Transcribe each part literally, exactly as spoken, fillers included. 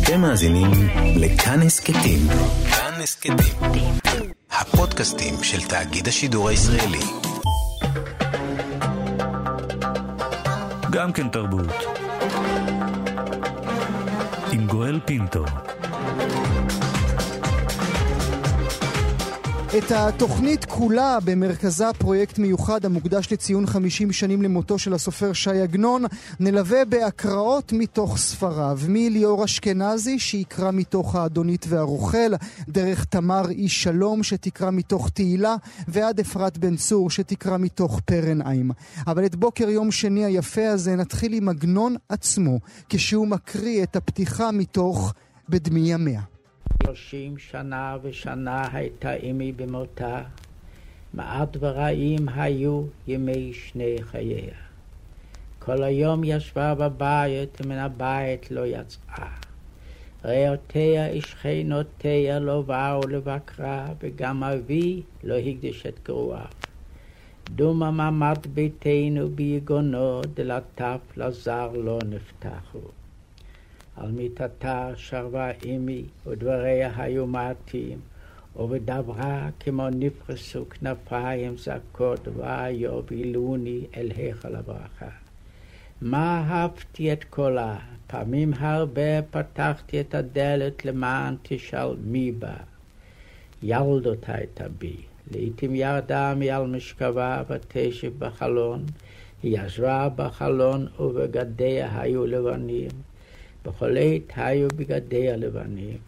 אתם מאזינים לכאן הסכתים. כאן הסכתים. הפודקאסטים של תאגיד השידור הישראלי. גם כן תרבות. עם גואל פינטו. את התוכנית כולה במרכזה פרויקט מיוחד המוקדש לציון חמישים שנים למותו של הסופר ש"י עגנון, נלווה בהקראות מתוך ספריו, מליאור אשכנזי שיקרא מתוך האדונית והרוכל, דרך תמר איש שלום שתקרא מתוך תהילה, ועד אפרת בן צור שתקרא מתוך פרן עיים. אבל את בוקר יום שני היפה הזה נתחיל עם עגנון עצמו, כשהוא מקריא את הפתיחה מתוך בדמי ימיה. שלושים שנה ושנה הייתה אמי במותה, מעט ורעים היו ימי שני חייה. כל היום ישבה בבית ומן הבית לא יצאה. רעותיה ושכנותיה לא באו לבקרה, וגם אבי לא הקדיש את גרועיו. דומם עמד ביתנו ביגונו, דלתיו לזר לא נפתחו. על מיטתה שרבה אמי, ודבריה היו מעטים, ובדברה כמו נפרסו כנפיים זקות, ויובילוני אל היכל הברכה. מה אהבתי את קולה, פעמים הרבה פתחתי את הדלת למען תשאל מי בה. ילדות הייתה בי, לעתים ירדה מעל משכבה ותשב בחלון, היא ישבה בחלון ובגדיה היו לבנים, בכל עת היו בגדי הלבנים.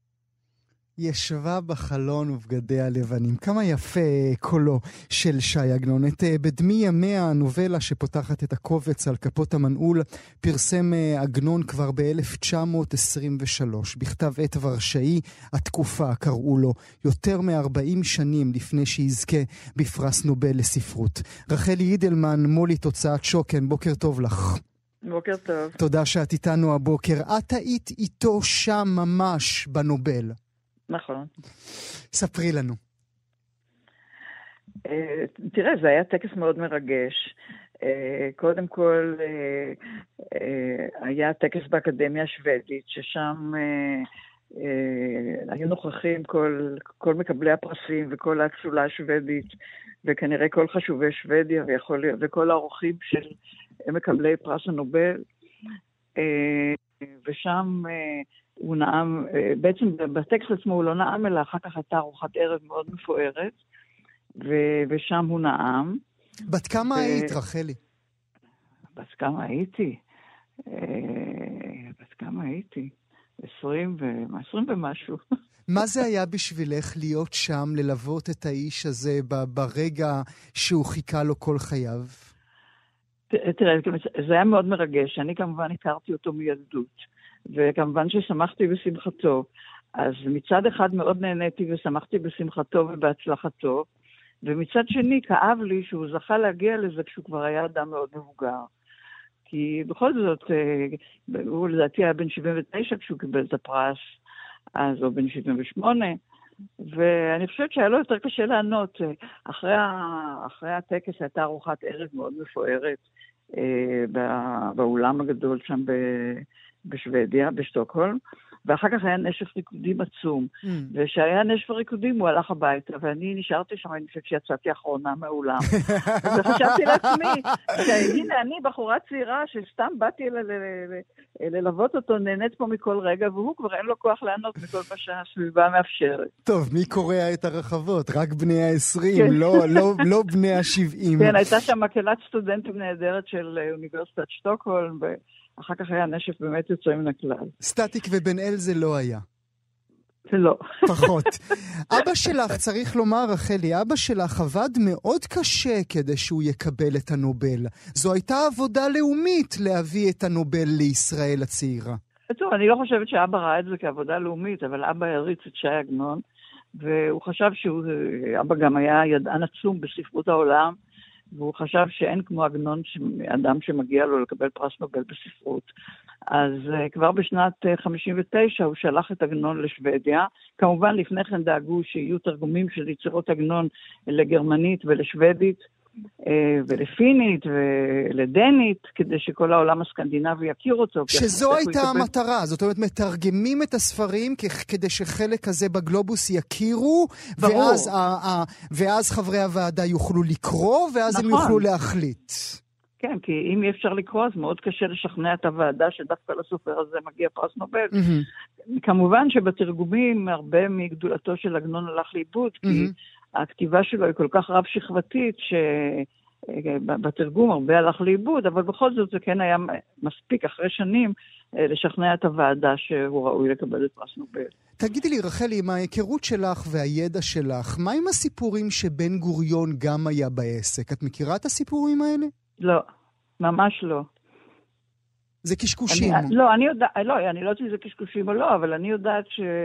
ישבה בחלון ובגדי הלבנים. כמה יפה קולו של ש"י עגנון. את בדמי ימיה, הנובלה שפותחת את הקובץ על כפות המנעול, פרסם עגנון כבר ב-אלף תשע מאות עשרים ושלוש. בכתב עת ורשאי, התקופה קראו לו, יותר מ-ארבעים שנים לפני שיזכה בפרס נובל לספרות. רחלי אידלמן, מולי תוצאת שוקן, בוקר טוב לך. בוקר טוב. תודה שאת איתנו הבוקר. את היית איתו שם ממש בנובל. נכון. ספרי לנו. תראה, זה היה טקס מאוד מרגש. קודם כל, היה טקס באקדמיה השוודית, ששם היו נוכחים כל, כל מקבלי הפרסים וכל האצולה השוודית, וכנראה כל חשובי שוודיה, ויכול, וכל האורחים של מקבלי פרס הנובל. ושם הוא נעם, בעצם בטקסט עצמו הוא לא נעם, אלא אחר כך הייתה ארוחת ערב מאוד מפוארת, ו- ושם הוא נעם. בת כמה ו- היית, רחלי? בת כמה הייתי? בת כמה הייתי? עשרים ו- עשרים ומשהו. מה זה היה בשבילך להיות שם, ללוות את האיש הזה ברגע שהוא חיכה לו כל חייו? תראה, זה היה מאוד מרגש. אני כמובן הכרתי אותו מילדות. וכמובן ששמחתי בשמחתו. אז מצד אחד מאוד נהניתי ושמחתי בשמחתו ובהצלחתו, ומצד שני כאב לי שהוא זכה להגיע לזה כשהוא כבר היה אדם מאוד מבוגר. כי בכל זאת, הוא לדעתי היה בן שבעים ותשע כשהוא קיבל את הפרס, אז הוא בן שבעים ושמונה, ואני חושבת שהיה לו יותר קשה לענות. אחרי, אחרי הטקס הייתה ארוחת ערב מאוד מפוארת, באולם הגדול שם ב... בשוודיה, בשטוקהולם, ואחר כך היה נשף ריקודים עצום, mm. ושהיה נשף ריקודים הוא הלך הביתה, ואני נשארתי שם, אני חושבת שיצאתי אחרונה מהאולם. וחשבתי לעצמי, שהנה אני בחורה צעירה, שסתם באתי ל- ל- ל- ללוות אותו, נהנית פה מכל רגע, והוא כבר אין לו כוח לענות מכל מה שהסביבה מאפשרת. טוב, מי קורא את הרחבות? רק בני ה-עשרים, כן. לא, לא, לא בני ה-שבעים. כן, הייתה שם מקהלת סטודנטים נהדרת של אוניברסיטת שטוקהולם, ו... אחר כך היה נשף באמת יוצא מן הכלל. סטטיק ובן אל זה לא היה. זה לא. פחות. אבא שלך, צריך לומר, רחלי, אבא שלך עבד מאוד קשה כדי שהוא יקבל את הנובל. זו הייתה עבודה לאומית להביא את הנובל לישראל הצעירה. טוב, אני לא חושבת שאבא ראה את זה כעבודה לאומית, אבל אבא הריץ את ש"י עגנון, והוא חשב שאבא גם היה ידען עצום בספרות העולם, והוא חשב שאין כמו עגנון אדם שמגיע לו לקבל פרס נובל בספרות. אז uh, כבר בשנת uh, חמישים ותשע הוא שלח את עגנון לשוודיה. כמובן לפני כן דאגו שיהיו תרגומים של יצירות עגנון לגרמנית ולשוודית, ולפינית ולדנית, כדי שכל העולם הסקנדינבי יכיר אותו. שזו הייתה המטרה, זאת אומרת, מתרגמים את הספרים כדי שחלק הזה בגלובוס יכירו, ואז, ואז חברי הוועדה יוכלו לקרוא, ואז נכון. הם יוכלו להחליט. כן, כי אם אי אפשר לקרוא, אז מאוד קשה לשכנע את הוועדה שדווקא לסופר הזה מגיע פרס נובל. Mm-hmm. כמובן שבתרגומים הרבה מגדולתו של עגנון הלך לאיבוד, mm-hmm. כי הכתיבה שלו היא כל כך רב-שכבתית, שבתרגום הרבה הלך לאיבוד, אבל בכל זאת זה כן היה מספיק אחרי שנים לשכנע את הוועדה שהוא ראוי לקבל את פרס נובל. תגידי לי, רחלי, עם ההיכרות שלך והידע שלך, מה עם הסיפורים שבן גוריון גם היה בעסק? את מכירה את הסיפורים האלה? לא, ממש לא. זה קשקושים. אני, לא, אני יודע, לא, אני לא יודעת אם זה קשקושים או לא, אבל אני יודעת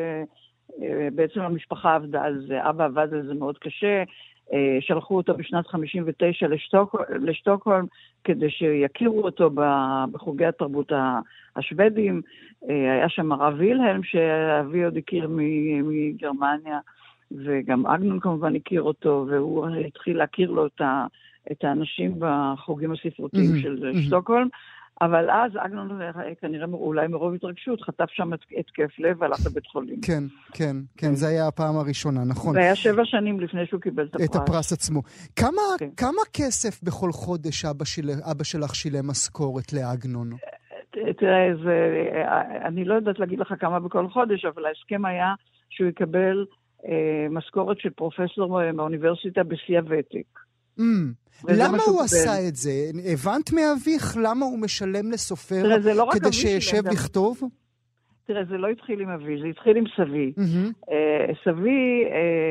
שבעצם המשפחה עבדה על זה, אבא עבד על זה מאוד קשה, שלחו אותו בשנת חמישים ותשע לשטוק, לשטוקהולם, כדי שיכירו אותו בחוגי התרבות השוודים. היה שם הרב וילהלם, שאבי עוד הכיר מגרמניה, וגם עגנון כמובן הכיר אותו, והוא התחיל להכיר לו את ה... את האנשים בחוגים הספרותיים mm-hmm, של mm-hmm. שטוקהולם, אבל אז עגנון כנראה אולי מרוב התרגשות, חטף שם את התקף לב והלך לבית חולים. כן, כן, כן, זה היה הפעם הראשונה, נכון. זה היה שבע שנים לפני שהוא קיבל את הפרס. את הפרס עצמו. כמה, כן. כמה כסף בכל חודש אבא, של, אבא שלך שילם משכורת לעגנון? תראה, זה, אני לא יודעת להגיד לך כמה בכל חודש, אבל ההסכם היה שהוא יקבל אה, משכורת של פרופסור מהאוניברסיטה בשיא הוותק. Mm. למה הוא עשה את זה? הבנת מאביך למה הוא משלם לסופר כדי שישב לכתוב? תראה, זה לא התחיל עם אבי, זה התחיל עם סבי. סבי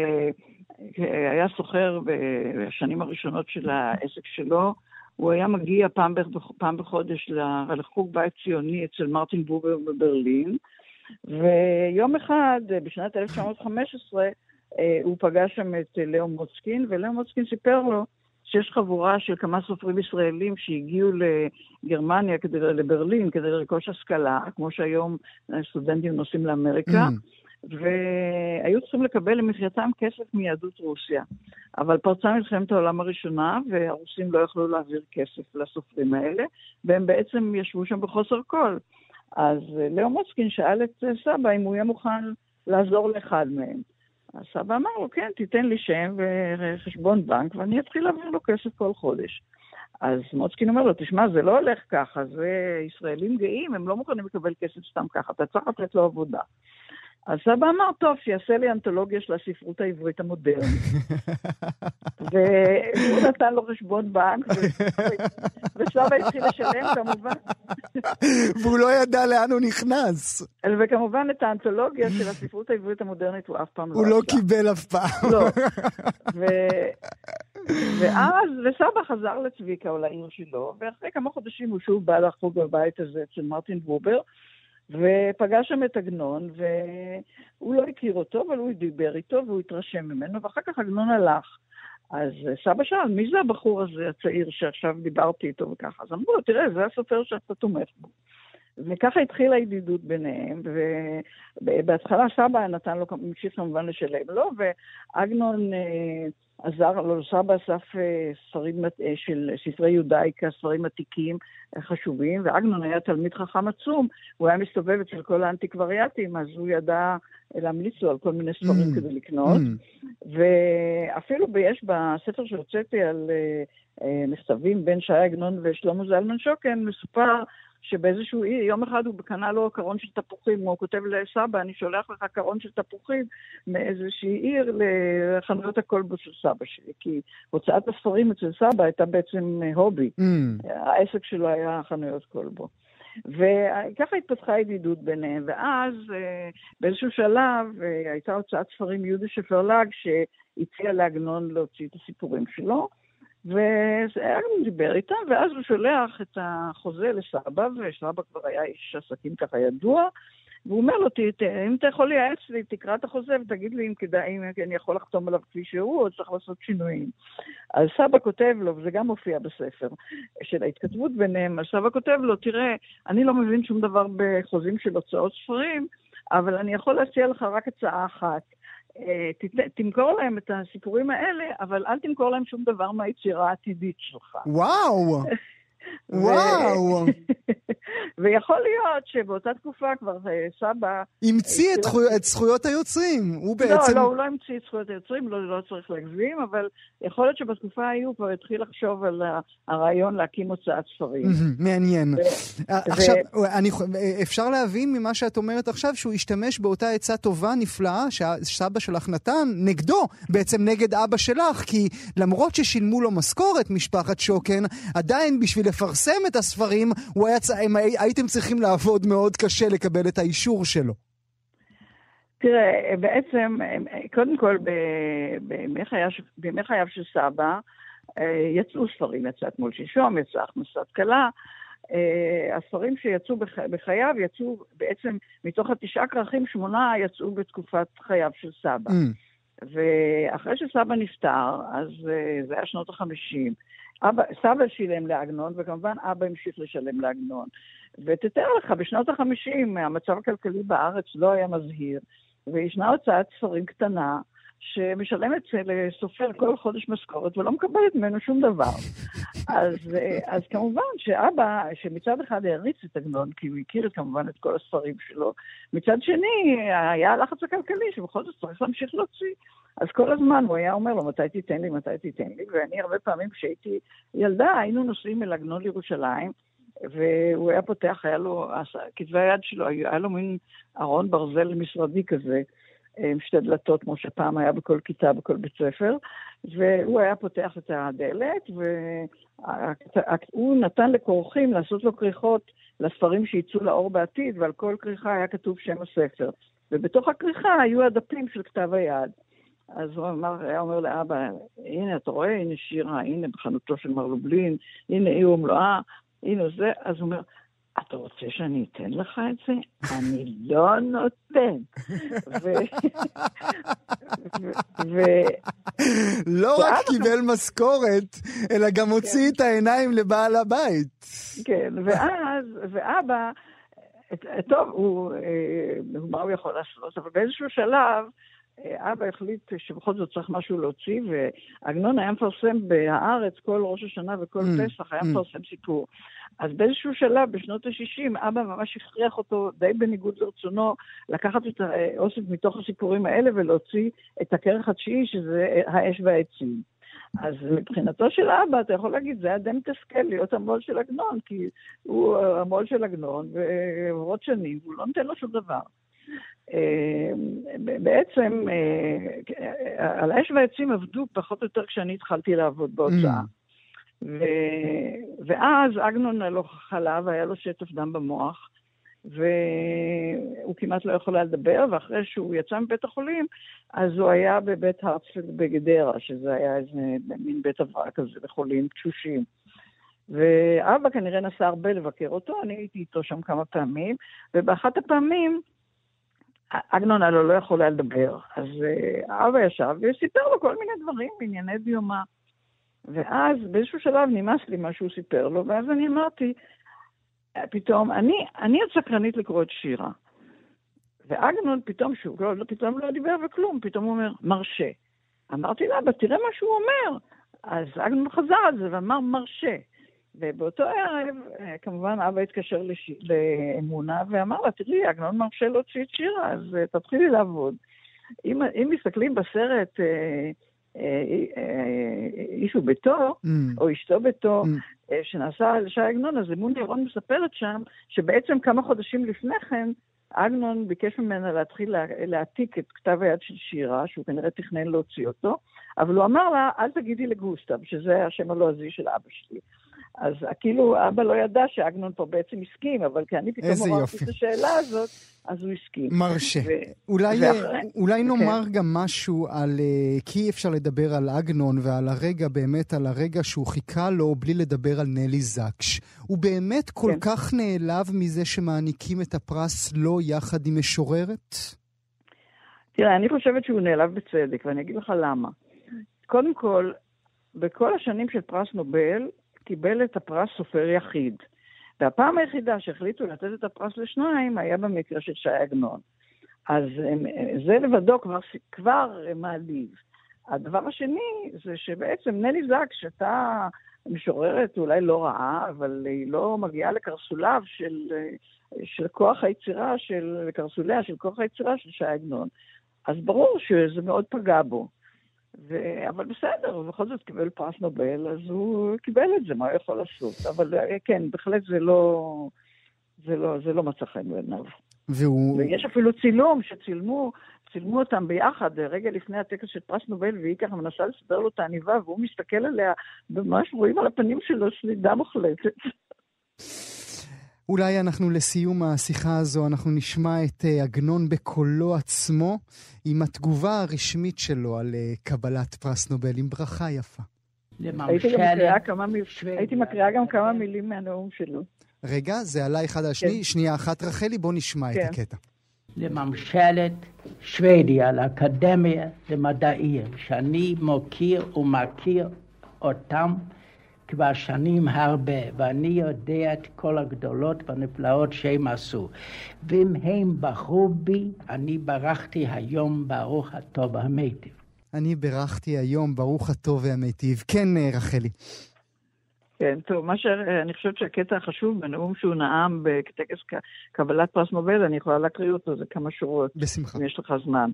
היה סוחר בשנים הראשונות של העסק שלו, הוא היה מגיע פעם בחודש לחוג בית ציוני אצל מרטין בובר בברלין, ויום אחד, בשנת אלף תשע מאות וחמש עשרה, הוא פגש שם את לאו מוצקין, ולאו מוצקין סיפר לו שיש חבורה של כמה סופרים ישראלים שהגיעו לגרמניה, כדי, לברלין, כדי לרכוש השכלה, כמו שהיום סטודנטים נוסעים לאמריקה, mm. והיו צריכים לקבל למחייתם כסף מיהדות רוסיה. אבל פרצה מלחמת העולם הראשונה, והרוסים לא יכלו להעביר כסף לסופרים האלה, והם בעצם ישבו שם בחוסר כל. אז לאו מוצקין שאל את סבא אם הוא יהיה מוכן לעזור לאחד מהם. הסבא אמר לו, כן, תיתן לי שם וחשבון בנק, ואני אתחיל להעביר לו כסף כל חודש. אז מוצקין אומר לו, תשמע, זה לא הולך ככה, זה ישראלים גאים, הם לא מוכנים לקבל כסף סתם ככה, אתה צריך לתת לו עבודה. אז סבא אמר, טוב, שיעשה לי אנתולוגיה של הספרות העברית המודרנית. והוא נתן לו חשבון בנק, וסבא התחיל לשלם כמובן. והוא לא ידע לאן הוא נכנס. וכמובן את האנתולוגיה של הספרות העברית המודרנית הוא אף פעם לא עשה. הוא לא קיבל אף פעם. לא. ואז, וסבא חזר לצביקה או לעיר שלו, ואחרי כמה חודשים הוא שוב בא לחוג בבית הזה אצל מרטין בובר, ופגש שם את עגנון, והוא לא הכיר אותו, אבל הוא דיבר איתו, והוא התרשם ממנו, ואחר כך עגנון הלך. אז סבא שאל, מי זה הבחור הזה, הצעיר, שעכשיו דיברתי איתו וככה? אז אמרו, תראה, זה הסופר שאתה תומך בו. וככה התחילה הידידות ביניהם, ובהתחלה סבא נתן לו, המשיך כמובן לשלם לו, ועגנון אה, עזר לו, סבא אסף אה, ספרים אה, של ספרי יודאיקה, ספרים עתיקים אה, חשובים, ועגנון היה תלמיד חכם עצום, הוא היה מסתובב אצל כל האנטיקווריאטים, אז הוא ידע להמליץ לו על כל מיני ספרים mm. כדי לקנות, mm. ואפילו יש בספר שהוצאתי על אה, אה, מכתבים בין שי עגנון ושלמה זלמן שוקן, מסופר, שבאיזשהו עיר, יום אחד הוא קנה לו קרון של תפוחים, הוא כותב לסבא, אני שולח לך קרון של תפוחים מאיזושהי עיר לחנויות הכלבו של סבא שלי, כי הוצאת הספרים אצל סבא הייתה בעצם הובי, mm. העסק שלו היה חנויות כלבו. וככה התפתחה ידידות ביניהם, ואז באיזשהו שלב הייתה הוצאת ספרים יהודישה פרלג שהציע לעגנון להוציא את הסיפורים שלו, והוא דיבר איתם, ואז הוא שולח את החוזה לסבא, וסבא כבר היה איש עסקים ככה ידוע, והוא אומר לו, אם אתה יכול לייעץ לי, תקרא את החוזה ותגיד לי אם כדאי, אם אני יכול לחתום עליו כפי שהוא, או צריך לעשות שינויים. אז סבא כותב לו, וזה גם מופיע בספר של ההתכתבות ביניהם, אז סבא כותב לו, תראה, אני לא מבין שום דבר בחוזים של הוצאות ספרים, אבל אני יכול להציע לך רק הצעה אחת. תמכור להם את הסיפורים האלה, אבל אל תמכור להם שום דבר מהיצירה העתידית שלך. וואו! וואו! ויכול להיות שבאותה תקופה כבר סבא... המציא את זכויות היוצרים. הוא בעצם... לא, לא, הוא לא המציא את זכויות היוצרים, לא צריך להגזים, אבל יכול להיות שבתקופה ההיא הוא כבר התחיל לחשוב על הרעיון להקים הוצאת ספרים. מעניין. עכשיו, אפשר להבין ממה שאת אומרת עכשיו, שהוא השתמש באותה עצה טובה, נפלאה, שסבא שלך נתן, נגדו, בעצם נגד אבא שלך, כי למרות ששילמו לו משכורת, משפחת שוקן, עדיין בשביל לפרסם את הספרים, הוא היה, הם, הייתם צריכים לעבוד מאוד קשה לקבל את האישור שלו. תראה, בעצם, קודם כל, בימי חייו, בימי חייו של סבא, יצאו ספרים, יצא אתמול שלשום, יצא הכנסת קלה, הספרים שיצאו בחייו, יצאו בעצם מתוך התשעה כרכים, שמונה יצאו בתקופת חייו של סבא. Mm. ואחרי שסבא נפטר, אז זה היה שנות החמישים, אבא, סבא שילם לעגנון, וכמובן אבא המשיך לשלם לעגנון. ותתאר לך, בשנות החמישים, המצב הכלכלי בארץ לא היה מזהיר, וישנה הוצאת ספרים קטנה, שמשלמת לסופר כל חודש משכורת, ולא מקבלת ממנו שום דבר. אז, אז כמובן שאבא, שמצד אחד העריץ את עגנון, כי הוא הכיר כמובן את כל הספרים שלו, מצד שני, היה הלחץ הכלכלי, שבכל זאת צריך להמשיך להוציא. אז כל הזמן הוא היה אומר לו, מתי תיתן לי, מתי תיתן לי, ואני הרבה פעמים כשהייתי ילדה, היינו נוסעים אל עגנון לירושלים, והוא היה פותח, היה לו, כתבי היד שלו, היה לו מין ארון ברזל משרדי כזה, עם שתי דלתות, כמו שפעם היה בכל כיתה, בכל בית ספר, והוא היה פותח את הדלת, והוא נתן לקורחים לעשות לו כריכות לספרים שיצאו לאור בעתיד, ועל כל כריכה היה כתוב שם הספר. ובתוך הכריכה היו הדפים של כתב היד. אז הוא אמר, היה אומר לאבא, הנה, אתה רואה, הנה שירה, הנה בחנותו של מר לובלין, הנה היא ומלואה, הנה זה. אז הוא אומר, אתה רוצה שאני אתן לך את זה? אני לא נותן. לא רק קיבל משכורת, אלא גם הוציא את העיניים לבעל הבית. כן, ואז, ואבא, טוב, מה הוא יכול לעשות? אבל באיזשהו שלב, אבא החליט שבכל זאת צריך משהו להוציא, ועגנון היה מפרסם בהארץ כל ראש השנה וכל פסח, היה מפרסם סיפור. אז באיזשהו שלב, בשנות ה-שישים, אבא ממש הכריח אותו די בניגוד לרצונו, לקחת את האוסף מתוך הסיפורים האלה ולהוציא את הכרך התשיעי, שזה האש והעצים. אז מבחינתו של אבא, אתה יכול להגיד, זה היה די מתסכל להיות המול של עגנון, כי הוא המול של עגנון, ועברות שנים, והוא לא נותן לו שום דבר. בעצם, על האש והעצים עבדו פחות או יותר כשאני התחלתי לעבוד בהוצאה. ואז עגנון לא חלה, והיה לו שטף דם במוח, והוא כמעט לא יכול לדבר, ואחרי שהוא יצא מבית החולים, אז הוא היה בבית הרצפלד בגדרה, שזה היה איזה מין בית הבראה כזה לחולים תשושים. ואבא כנראה נסע הרבה לבקר אותו, אני הייתי איתו שם כמה פעמים, ובאחת הפעמים, עגנון הלא לא יכול לדבר, אז אבא ישב וסיפר לו כל מיני דברים בענייני דיומה. ואז באיזשהו שלב נמאס לי מה שהוא סיפר לו, ואז אני אמרתי, פתאום, אני, אני עוד סקרנית לקרוא את שירה. ועגנון פתאום, שהוא לא, פתאום לא דיבר וכלום, פתאום הוא אומר, מרשה. אמרתי לה, אבל תראה מה שהוא אומר. אז עגנון חזר על זה ואמר, מרשה. ובאותו ערב, כמובן, אבא התקשר לש... לאמונה ואמר לה, תראי, עגנון מרשה להוציא את שירה, אז תתחילי לעבוד. אם, אם מסתכלים בסרט... איש וביתו, או אשתו ביתו, שנעשה על שי עגנון, אז אמון ירון מספרת שם, שבעצם כמה חודשים לפני כן, עגנון ביקש ממנה להתחיל להעתיק את כתב היד של שירה, שהוא כנראה תכנן להוציא אותו, אבל הוא אמר לה, אל תגידי לגוסטב, שזה השם הלועזי של אבא שלי. אז כאילו אבא לא ידע שעגנון פה בעצם הסכים, אבל כי אני פתאום אמרתי את השאלה הזאת, אז הוא הסכים. מרשה. ו- אולי, ואחרי... אולי נאמר okay. גם משהו על, כי אי אפשר לדבר על עגנון ועל הרגע, באמת על הרגע שהוא חיכה לו בלי לדבר על נלי זקש. הוא באמת כל כן. כך נעלב מזה שמעניקים את הפרס לא יחד עם משוררת? תראה, אני חושבת שהוא נעלב בצדק, ואני אגיד לך למה. קודם כל, בכל השנים של פרס נובל, קיבל את הפרס סופר יחיד. והפעם היחידה שהחליטו לתת את הפרס לשניים היה במקרה של שי עגנון. אז זה לבדו כבר, כבר מעליב. הדבר השני זה שבעצם נלי זק, שאתה משוררת אולי לא רעה, אבל היא לא מגיעה לקרסוליו של, של כוח היצירה, של קרסוליה של כוח היצירה של ש"י עגנון. אז ברור שזה מאוד פגע בו. ו... אבל בסדר, הוא בכל זאת קיבל פרס נובל, אז הוא קיבל את זה, מה הוא יכול לעשות. אבל כן, בהחלט זה לא, זה לא, זה לא מצא חן בעיניו. והוא... ויש אפילו צילום שצילמו, צילמו אותם ביחד, רגע לפני הטקס של פרס נובל, והיא ככה מנסה לסדר לו את העניבה, והוא מסתכל עליה, ממש רואים על הפנים שלו סלידה מוחלטת. אולי אנחנו לסיום השיחה הזו, אנחנו נשמע את עגנון בקולו עצמו, עם התגובה הרשמית שלו על קבלת פרס נובל, עם ברכה יפה. הייתי מקריאה גם כמה מילים מהנאום שלו. רגע, זה עלה אחד על השני, שנייה אחת רחלי, בוא נשמע את הקטע. לממשלת שוודיה, לאקדמיה למדעים, שאני מוקיר ומכיר אותם כבר שנים הרבה, ואני יודע את כל הגדולות והנפלאות שהם עשו. ואם הם בחרו בי, אני ברכתי היום ברוך הטוב והמיטיב. אני ברכתי היום ברוך הטוב והמיטיב. כן, רחלי. כן, טוב, מה שאני חושבת שהקטע החשוב בנאום שהוא נאם בטקס קבלת פרס נובל, אני יכולה להקריא אותו, זה כמה שורות. בשמחה. אם יש לך זמן.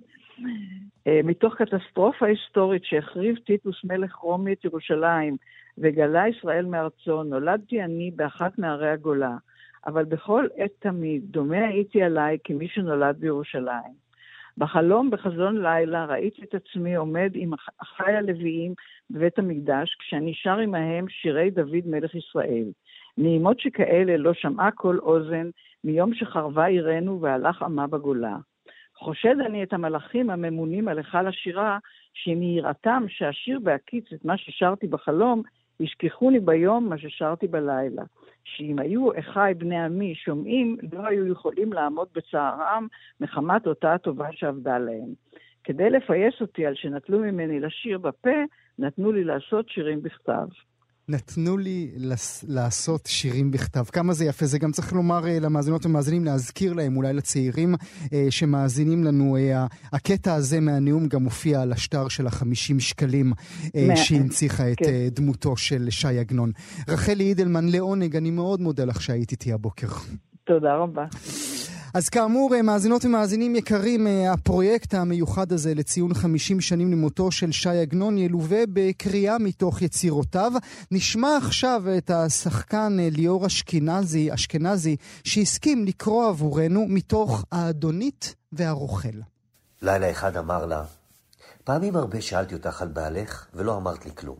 מתוך קטסטרופה היסטורית שהחריב טיטוס מלך רומי את ירושלים, וגלה ישראל מארצו, נולדתי אני באחת מערי הגולה, אבל בכל עת תמיד דומה הייתי עליי כמי שנולד בירושלים. בחלום, בחזון לילה, ראיתי את עצמי עומד עם אחי הלוויים בבית המקדש, כשאני שר עמהם שירי דוד מלך ישראל. נעימות שכאלה לא שמעה כל אוזן, מיום שחרבה עירנו והלך עמה בגולה. חושד אני את המלאכים הממונים על היכל השירה, שמהיראתם שאשיר בהקיץ את מה ששרתי בחלום, ישכחוני ביום מה ששרתי בלילה. שאם היו אחי בני עמי שומעים, לא היו יכולים לעמוד בצערם מחמת אותה הטובה שעבדה להם. כדי לפייס אותי על שנטלו ממני לשיר בפה, נתנו לי לעשות שירים בכתב. נתנו לי לעשות שירים בכתב. כמה זה יפה. זה גם צריך לומר למאזינות ומאזינים, להזכיר להם, אולי לצעירים שמאזינים לנו. הקטע הזה מהנאום גם מופיע על השטר של החמישים שקלים שהנציחה את דמותו של ש"י עגנון. רחלי אידלמן, לעונג, אני מאוד מודה לך שהיית איתי הבוקר. תודה רבה. אז כאמור, מאזינות ומאזינים יקרים, הפרויקט המיוחד הזה לציון חמישים שנים למותו של ש"י עגנון ילווה בקריאה מתוך יצירותיו. נשמע עכשיו את השחקן ליאור אשכנזי, אשכנזי שהסכים לקרוא עבורנו מתוך האדונית והרוכל. לילה אחד אמר לה, פעמים הרבה שאלתי אותך על בעלך ולא אמרת לי כלום.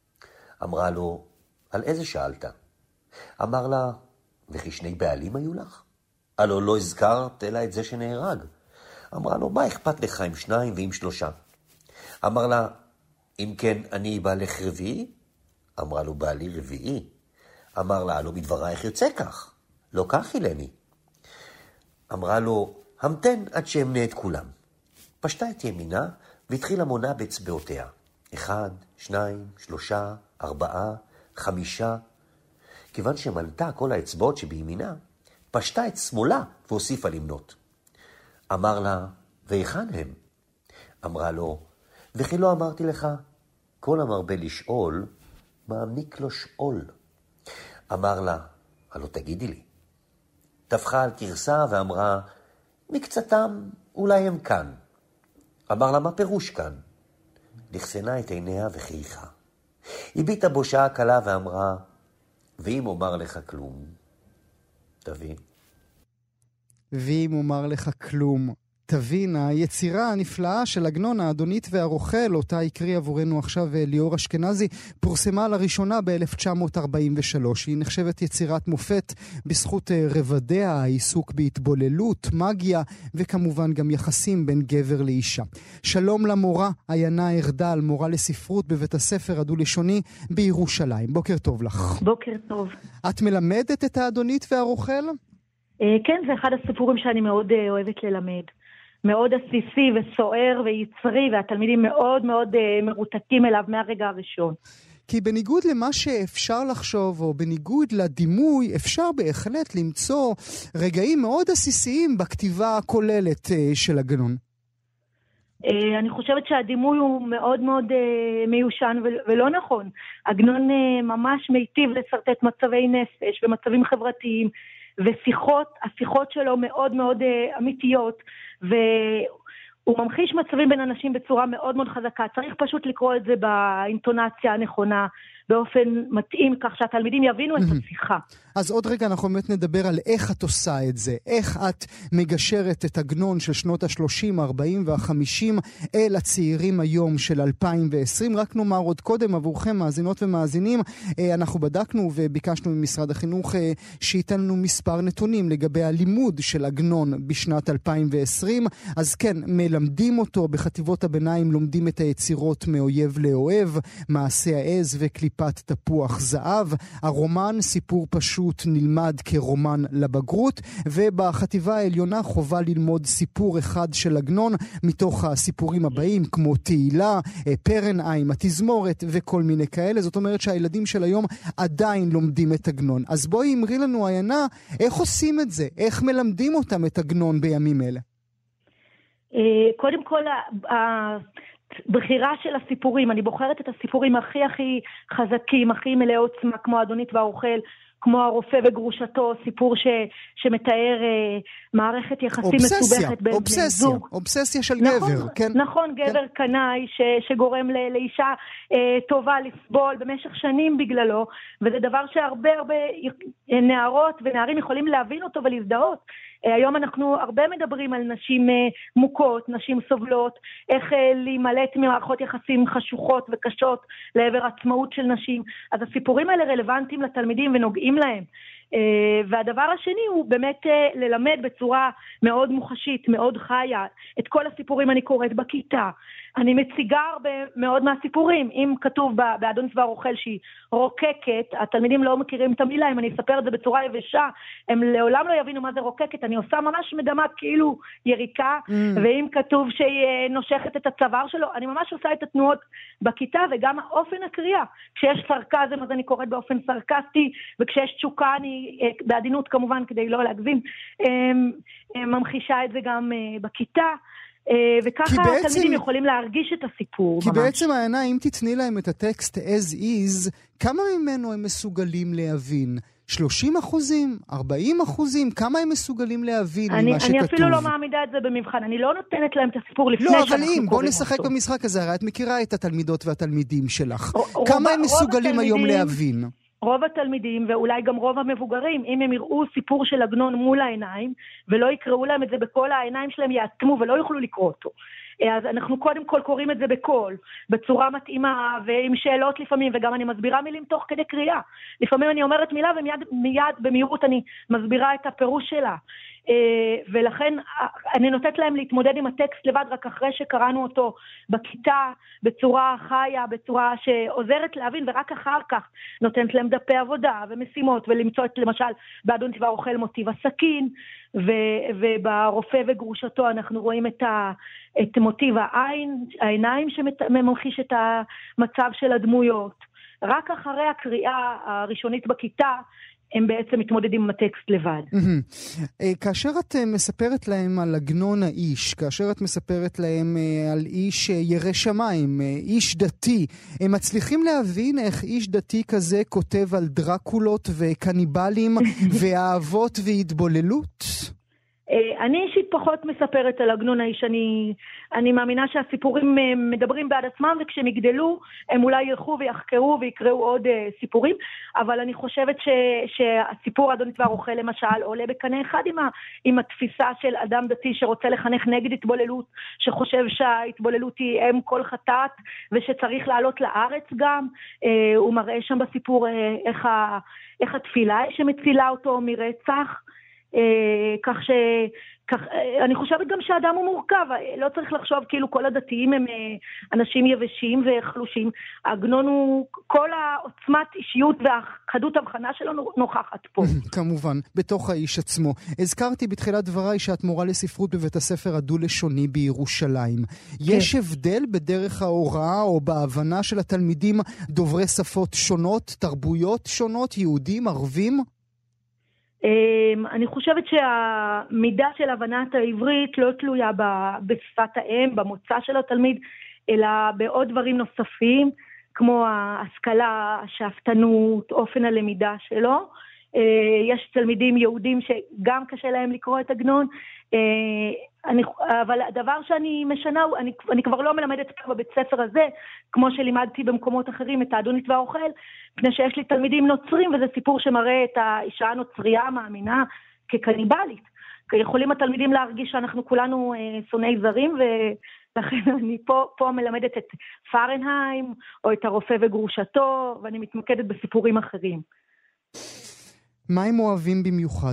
אמרה לו, על איזה שאלת? אמר לה, וכי שני בעלים היו לך? הלא לא הזכרת אלא את זה שנהרג. אמרה לו, מה אכפת לך עם שניים ועם שלושה? אמר לה, אם כן אני בעלך רביעי? אמרה לו, בעלי רביעי. אמר לה, לא מדברייך יוצא כך. לא כך אילני. אמרה לו, המתן עד שאמנה את כולם. פשטה את ימינה והתחילה מונה באצבעותיה. אחד, שניים, שלושה, ארבעה, חמישה. כיוון שמנתה כל האצבעות שבימינה, פשטה את שמאלה והוסיפה למנות. אמר לה, והיכן הם? אמרה לו, וכי לא אמרתי לך, כל המרבה לשאול, מעמיק לו שאול. אמר לה, הלא תגידי לי. טפחה על כרסה ואמרה, מקצתם אולי הם כאן. אמר לה, מה פירוש כאן? לחסנה את עיניה וחייכה. הביטה בו שעה קלה ואמרה, ואם אומר לך כלום, תבין. ואם אומר לך כלום, תבין. היצירה הנפלאה של עגנון, האדונית והרוכל, אותה הקריא עבורנו עכשיו ליאור אשכנזי, פורסמה לראשונה ב-אלף תשע מאות ארבעים ושלוש. היא נחשבת יצירת מופת בזכות רבדיה, העיסוק בהתבוללות, מגיה, וכמובן גם יחסים בין גבר לאישה. שלום למורה, עיינה ארדל, מורה לספרות בבית הספר הדו-לשוני בירושלים. בוקר טוב לך. בוקר טוב. את מלמדת את האדונית והרוכל? כן, זה אחד הסיפורים שאני מאוד אוהבת ללמד. מאוד עסיסי וסוער ויצרי, והתלמידים מאוד מאוד מרותקים אליו מהרגע הראשון. כי בניגוד למה שאפשר לחשוב, או בניגוד לדימוי, אפשר בהחלט למצוא רגעים מאוד עסיסיים בכתיבה הכוללת של עגנון. אני חושבת שהדימוי הוא מאוד מאוד מיושן ולא נכון. עגנון ממש מיטיב לסרטט מצבי נפש ומצבים חברתיים, ושיחות, השיחות שלו מאוד מאוד אמיתיות, והוא ממחיש מצבים בין אנשים בצורה מאוד מאוד חזקה. צריך פשוט לקרוא את זה באינטונציה הנכונה, באופן מתאים, כך שהתלמידים יבינו את השיחה. אז עוד רגע אנחנו באמת נדבר על איך את עושה את זה, איך את מגשרת את עגנון של שנות ה-שלושים, ה-ארבעים וה-חמישים אל הצעירים היום של אלפיים ועשרים. רק נאמר עוד קודם עבורכם מאזינות ומאזינים, אנחנו בדקנו וביקשנו ממשרד החינוך שייתן לנו מספר נתונים לגבי הלימוד של עגנון בשנת אלפיים ועשרים. אז כן, מלמדים אותו בחטיבות הביניים, לומדים את היצירות מאויב לאוהב, מעשה העז וקליפת תפוח זהב. הרומן סיפור פשוט נלמד כרומן לבגרות, ובחטיבה העליונה חובה ללמוד סיפור אחד של עגנון מתוך הסיפורים הבאים, כמו תהילה, פרנהיים, התזמורת וכל מיני כאלה. זאת אומרת שהילדים של היום עדיין לומדים את עגנון. אז בואי אמרי לנו עיינה, איך עושים את זה? איך מלמדים אותם את עגנון בימים אלה? קודם כל, בחירה של הסיפורים, אני בוחרת את הסיפורים הכי הכי חזקים, הכי מלאי עוצמה, כמו האדונית והאוכל, כמו הרופא וגרושתו, סיפור ש, שמתאר אה, מערכת יחסים מסובכת בין בני זוג. אובססיה של נכון, גבר, כן. נכון, גבר כן. קנאי ש, שגורם ל, לאישה אה, טובה לסבול במשך שנים בגללו, וזה דבר שהרבה הרבה נערות ונערים יכולים להבין אותו ולהזדהות. היום אנחנו הרבה מדברים על נשים מוכות, נשים סובלות, איך להימלט ממערכות יחסים חשוכות וקשות לעבר עצמאות של נשים. אז הסיפורים האלה רלוונטיים לתלמידים ונוגעים להם. והדבר השני הוא באמת ללמד בצורה מאוד מוחשית, מאוד חיה. את כל הסיפורים אני קוראת בכיתה. אני מציגה הרבה מאוד מהסיפורים. אם כתוב באדון צבא רוכל שהיא רוקקת, התלמידים לא מכירים את המילה, אם אני אספר את זה בצורה יבשה, הם לעולם לא יבינו מה זה רוקקת. אני עושה ממש מדמה כאילו יריקה, mm. ואם כתוב שהיא נושכת את הצוואר שלו, אני ממש עושה את התנועות בכיתה, וגם האופן הקריאה. כשיש סרקזם, אז אני קוראת באופן סרקסטי, וכשיש תשוקה, אני, בעדינות כמובן, כדי לא להגזים, ממחישה את זה גם בכיתה. וככה בעצם, התלמידים יכולים להרגיש את הסיפור. כי ממש. בעצם העינה, אם תתני להם את הטקסט as is, כמה ממנו הם מסוגלים להבין? שלושים אחוזים? ארבעים אחוזים? כמה הם מסוגלים להבין אני, ממה שכתוב? אני אפילו לא מעמידה את זה במבחן. אני לא נותנת להם את הסיפור לפני לא, שאנחנו קוראים אותו. לא, אבל אם, בוא נשחק אותו. במשחק הזה, הרי את מכירה את התלמידות והתלמידים שלך. רוב, כמה הם מסוגלים התלמידים... היום להבין? רוב התלמידים, ואולי גם רוב המבוגרים, אם הם יראו סיפור של עגנון מול העיניים, ולא יקראו להם את זה בכל העיניים שלהם, יעצמו ולא יוכלו לקרוא אותו. אז אנחנו קודם כל קוראים את זה בקול, בצורה מתאימה, ועם שאלות לפעמים, וגם אני מסבירה מילים תוך כדי קריאה. לפעמים אני אומרת מילה, ומיד מיד, במהירות אני מסבירה את הפירוש שלה. ולכן אני נותנת להם להתמודד עם הטקסט לבד, רק אחרי שקראנו אותו בכיתה, בצורה חיה, בצורה שעוזרת להבין, ורק אחר כך נותנת להם דפי עבודה ומשימות, ולמצוא את, למשל, באדון צבא אוכל מוטיב הסכין, ו- וברופא וגרושתו אנחנו רואים את, ה- את מוטיב העין, העיניים שממחיש את המצב של הדמויות. רק אחרי הקריאה הראשונית בכיתה, הם בעצם מתמודדים עם הטקסט לבד. כאשר את מספרת להם על עגנון האיש, כאשר את מספרת להם על איש ירא שמיים, איש דתי, הם מצליחים להבין איך איש דתי כזה כותב על דרקולות וקניבלים ואהבות והתבוללות? אני אישית פחות מספרת על עגנון האיש, אני, אני מאמינה שהסיפורים מדברים בעד עצמם, וכשהם יגדלו הם אולי ילכו ויחקרו ויקראו עוד uh, סיפורים, אבל אני חושבת ש, שהסיפור אדון צבא רוכל למשל עולה בקנה אחד עם, ה, עם התפיסה של אדם דתי שרוצה לחנך נגד התבוללות, שחושב שההתבוללות היא אם כל חטאת ושצריך לעלות לארץ גם. uh, הוא מראה שם בסיפור uh, איך, ה, איך התפילה שמצילה אותו מרצח, כך ש... כך, אני חושבת גם שהאדם הוא מורכב, לא צריך לחשוב כאילו כל הדתיים הם אנשים יבשים וחלושים, העגנון הוא, כל העוצמת אישיות והחדות הבחנה שלו נוכחת פה. כמובן, בתוך האיש עצמו. הזכרתי בתחילת דבריי שאת מורה לספרות בבית הספר הדו-לשוני בירושלים. יש הבדל בדרך ההוראה או בהבנה של התלמידים דוברי שפות שונות, תרבויות שונות, יהודים, ערבים? אני חושבת שהמידה של הבנת העברית לא תלויה בשפת האם, במוצא של התלמיד, אלא בעוד דברים נוספים, כמו ההשכלה, השאפתנות, אופן הלמידה שלו. יש תלמידים יהודים שגם קשה להם לקרוא את עגנון, אני, אבל הדבר שאני משנה, אני, אני כבר לא מלמדת בבית ספר הזה, כמו שלימדתי במקומות אחרים, את האדונית והאוכל, מפני שיש לי תלמידים נוצרים, וזה סיפור שמראה את האישה הנוצרייה המאמינה כקניבלית. כי יכולים התלמידים להרגיש שאנחנו כולנו אה, שונאי זרים, ולכן אני פה, פה מלמדת את פרנהיים, או את הרופא וגרושתו, ואני מתמקדת בסיפורים אחרים. מה הם אוהבים במיוחד?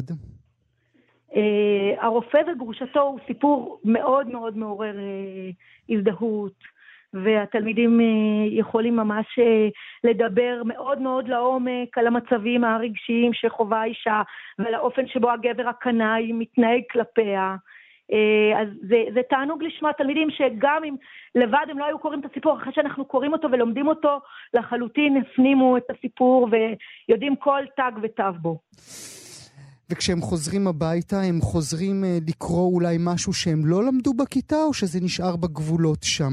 Uh, הרופא וגרושתו הוא סיפור מאוד מאוד מעורר uh, הזדהות, והתלמידים uh, יכולים ממש uh, לדבר מאוד מאוד לעומק על המצבים הרגשיים שחובה האישה, ועל האופן שבו הגבר הקנאי מתנהג כלפיה. Uh, אז זה, זה תענוג לשמוע תלמידים שגם אם לבד הם לא היו קוראים את הסיפור, אחרי שאנחנו קוראים אותו ולומדים אותו, לחלוטין הפנימו את הסיפור ויודעים כל תג ותו בו. וכשהם חוזרים הביתה, הם חוזרים אה, לקרוא אולי משהו שהם לא למדו בכיתה, או שזה נשאר בגבולות שם?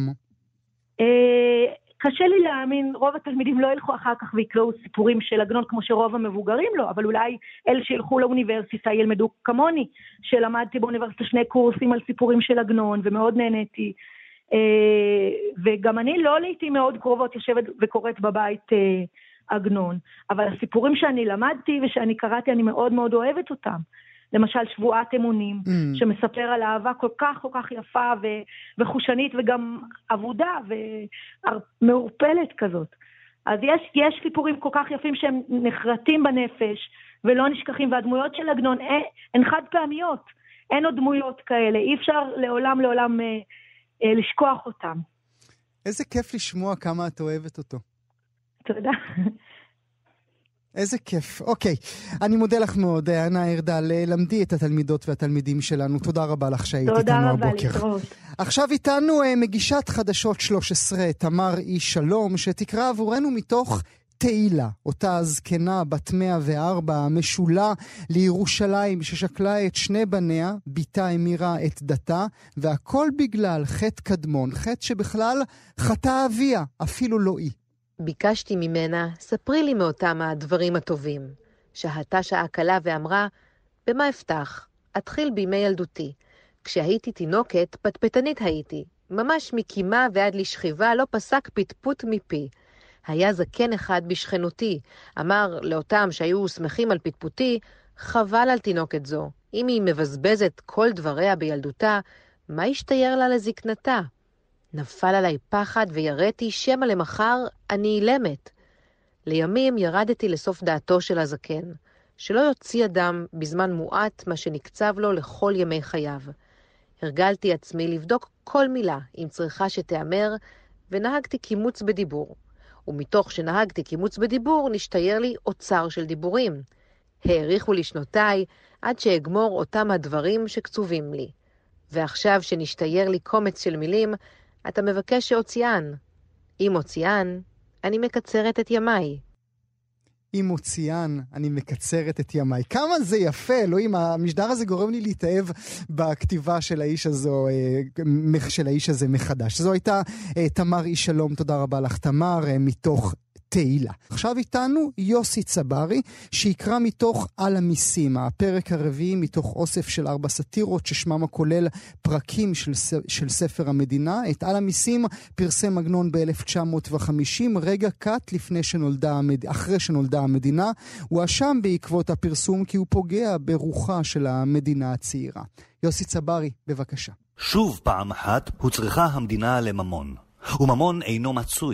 אה, קשה לי להאמין, רוב התלמידים לא ילכו אחר כך ויקראו סיפורים של עגנון כמו שרוב המבוגרים לא, אבל אולי אלה שילכו לאוניברסיטה ילמדו כמוני, שלמדתי באוניברסיטה שני קורסים על סיפורים של עגנון, ומאוד נהניתי. אה, וגם אני לא לעתים מאוד קרובות יושבת וקוראת בבית אה, עגנון, אבל הסיפורים שאני למדתי ושאני קראתי, אני מאוד מאוד אוהבת אותם. למשל שבועת אמונים, mm. שמספר על אהבה כל כך כל כך יפה ו- וחושנית וגם עבודה ומעורפלת כזאת. אז יש, יש סיפורים כל כך יפים שהם נחרטים בנפש ולא נשכחים, והדמויות של עגנון הן חד פעמיות, אין עוד דמויות כאלה, אי אפשר לעולם לעולם אה, אה, לשכוח אותם. איזה כיף לשמוע כמה את אוהבת אותו. תודה. איזה כיף. אוקיי, אני מודה לך מאוד, אנה ארדל, למדי את התלמידות והתלמידים שלנו. תודה רבה לך שהיית איתנו הבוקר. תודה רבה, להתראות. עכשיו איתנו מגישת חדשות שלוש עשרה, תמר איש שלום, שתקרא עבורנו מתוך תהילה, אותה הזקנה בת מאה וארבע, המשולה לירושלים, ששקלה את שני בניה, ביתה אמירה את דתה, והכל בגלל חטא קדמון, חטא שבכלל חטא אביה, אפילו לא היא. ביקשתי ממנה, ספרי לי מאותם הדברים הטובים. שהתה שעה קלה ואמרה, במה אפתח? אתחיל בימי ילדותי. כשהייתי תינוקת, פטפטנית הייתי. ממש מקימה ועד לשכיבה לא פסק פטפוט מפי. היה זקן אחד בשכנותי. אמר לאותם שהיו שמחים על פטפוטי, חבל על תינוקת זו. אם היא מבזבזת כל דבריה בילדותה, מה ישתייר לה לזקנתה? נפל עליי פחד ויראתי שמא למחר אני אילמת. לימים ירדתי לסוף דעתו של הזקן, שלא יוציא אדם בזמן מועט מה שנקצב לו לכל ימי חייו. הרגלתי עצמי לבדוק כל מילה אם צריכה שתאמר, ונהגתי קימוץ בדיבור. ומתוך שנהגתי קימוץ בדיבור נשתייר לי אוצר של דיבורים. העריכו לי שנותיי עד שאגמור אותם הדברים שקצובים לי. ועכשיו שנשתייר לי קומץ של מילים, אתה מבקש שהוציאן. אם הוציאן, אני מקצרת את ימיי. אם הוציאן, אני מקצרת את ימיי. כמה זה יפה, אלוהים, המשדר הזה גורם לי להתאהב בכתיבה של האיש הזו, של האיש הזה מחדש. זו הייתה תמר איש שלום, תודה רבה לך תמר, מתוך תהילה. עכשיו איתנו יוסי צברי, שיקרא מתוך על המיסים, הפרק הרביעי מתוך אוסף של ארבע סטירות, ששמם הכולל פרקים של, של ספר המדינה. את על המיסים פרסם עגנון ב-אלף תשע מאות וחמישים, רגע קט לפני שנולדה, אחרי שנולדה המדינה. הוא אשם בעקבות הפרסום כי הוא פוגע ברוחה של המדינה הצעירה. יוסי צברי, בבקשה. שוב פעם אחת הוצרכה המדינה לממון, וממון אינו מצוי,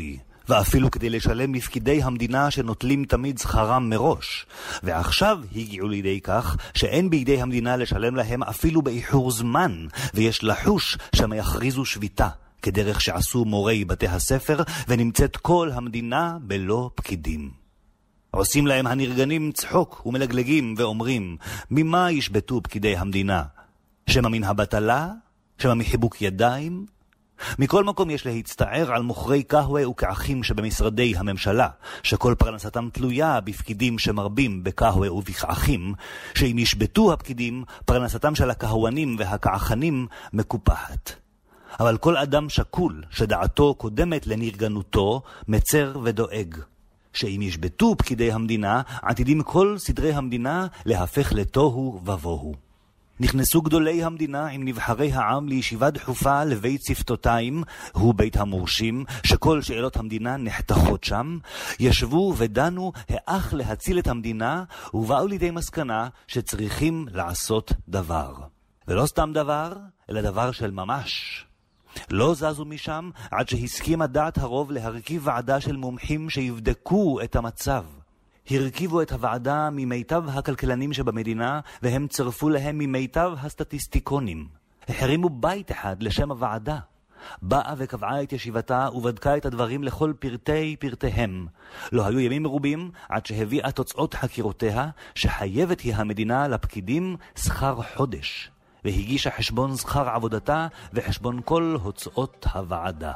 ואפילו כדי לשלם לפקידי המדינה שנוטלים תמיד שכרם מראש. ועכשיו הגיעו לידי כך שאין בידי המדינה לשלם להם אפילו באיחור זמן, ויש לחוש שהם יכריזו שביתה, כדרך שעשו מורי בתי הספר, ונמצאת כל המדינה בלא פקידים. עושים להם הנרגנים צחוק ומלגלגים ואומרים, ממה ישבטו פקידי המדינה? שמה מן הבטלה? שמה מחיבוק ידיים? מכל מקום יש להצטער על מוכרי קהווה וכעכים שבמשרדי הממשלה, שכל פרנסתם תלויה בפקידים שמרבים בקהווה ובכעכים, שאם ישבטו הפקידים, פרנסתם של הקהואנים והכעכנים מקופחת. אבל כל אדם שקול שדעתו קודמת לנרגנותו, מצר ודואג. שאם ישבטו פקידי המדינה, עתידים כל סדרי המדינה להפך לתוהו ובוהו. נכנסו גדולי המדינה עם נבחרי העם לישיבה דחופה לבית שפתותיים, הוא בית המורשים, שכל שאלות המדינה נחתכות שם, ישבו ודנו האח להציל את המדינה, ובאו לידי מסקנה שצריכים לעשות דבר. ולא סתם דבר, אלא דבר של ממש. לא זזו משם עד שהסכימה דעת הרוב להרכיב ועדה של מומחים שיבדקו את המצב. הרכיבו את הוועדה ממיטב הכלכלנים שבמדינה, והם צרפו להם ממיטב הסטטיסטיקונים. החרימו בית אחד לשם הוועדה. באה וקבעה את ישיבתה ובדקה את הדברים לכל פרטי פרטיהם. לא היו ימים מרובים עד שהביאה תוצאות חקירותיה שחייבת היא המדינה לפקידים שכר חודש. והגישה חשבון שכר עבודתה וחשבון כל הוצאות הוועדה.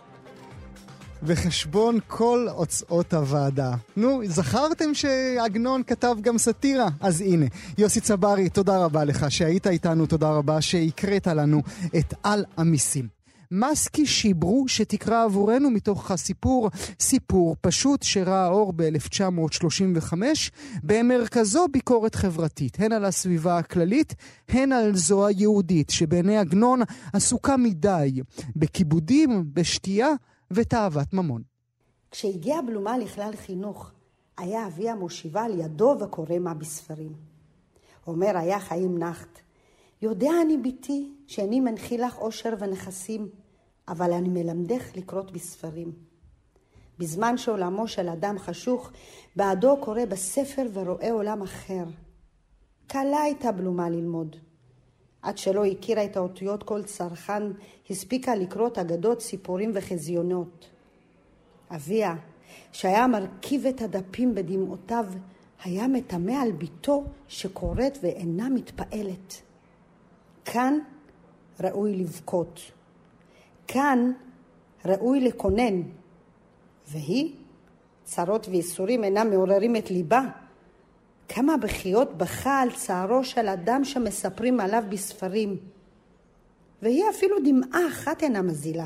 וחשבון כל הוצאות הוועדה. נו, זכרתם שעגנון כתב גם סטירה? אז הנה, יוסי צברי, תודה רבה לך שהיית איתנו, תודה רבה שהקראת לנו את על המיסים. מסקי שיברו שתקרא עבורנו מתוך הסיפור סיפור פשוט שראה אור ב-אלף תשע מאות שלושים וחמש, במרכזו ביקורת חברתית, הן על הסביבה הכללית, הן על זו היהודית, שבעיני עגנון עסוקה מדי בכיבודים, בשתייה ותאוות ממון. כשהגיע בלומה לכלל חינוך, היה אביה מושיבה לידו וקורא מה בספרים. אומר היה חיים נחת, יודע אני ביתי שאני מנחיל לך עושר ונכסים, אבל אני מלמדך לקרות בספרים. בזמן שעולמו של אדם חשוך, בעדו קורא בספר ורואה עולם אחר. קלה הייתה בלומה ללמוד. עד שלא הכירה את האותיות כל צרכן, הספיקה לקרות אגדות, סיפורים וחזיונות. אביה, שהיה מרכיב את הדפים בדמעותיו, היה מטמא על ביתו שקוראת ואינה מתפעלת. כאן ראוי לבכות. כאן ראוי לקונן. והיא, צרות ואיסורים אינם מעוררים את ליבה. כמה בחיות בכה על צערו של אדם שמספרים עליו בספרים. והיא אפילו דמעה אחת אינה מזילה.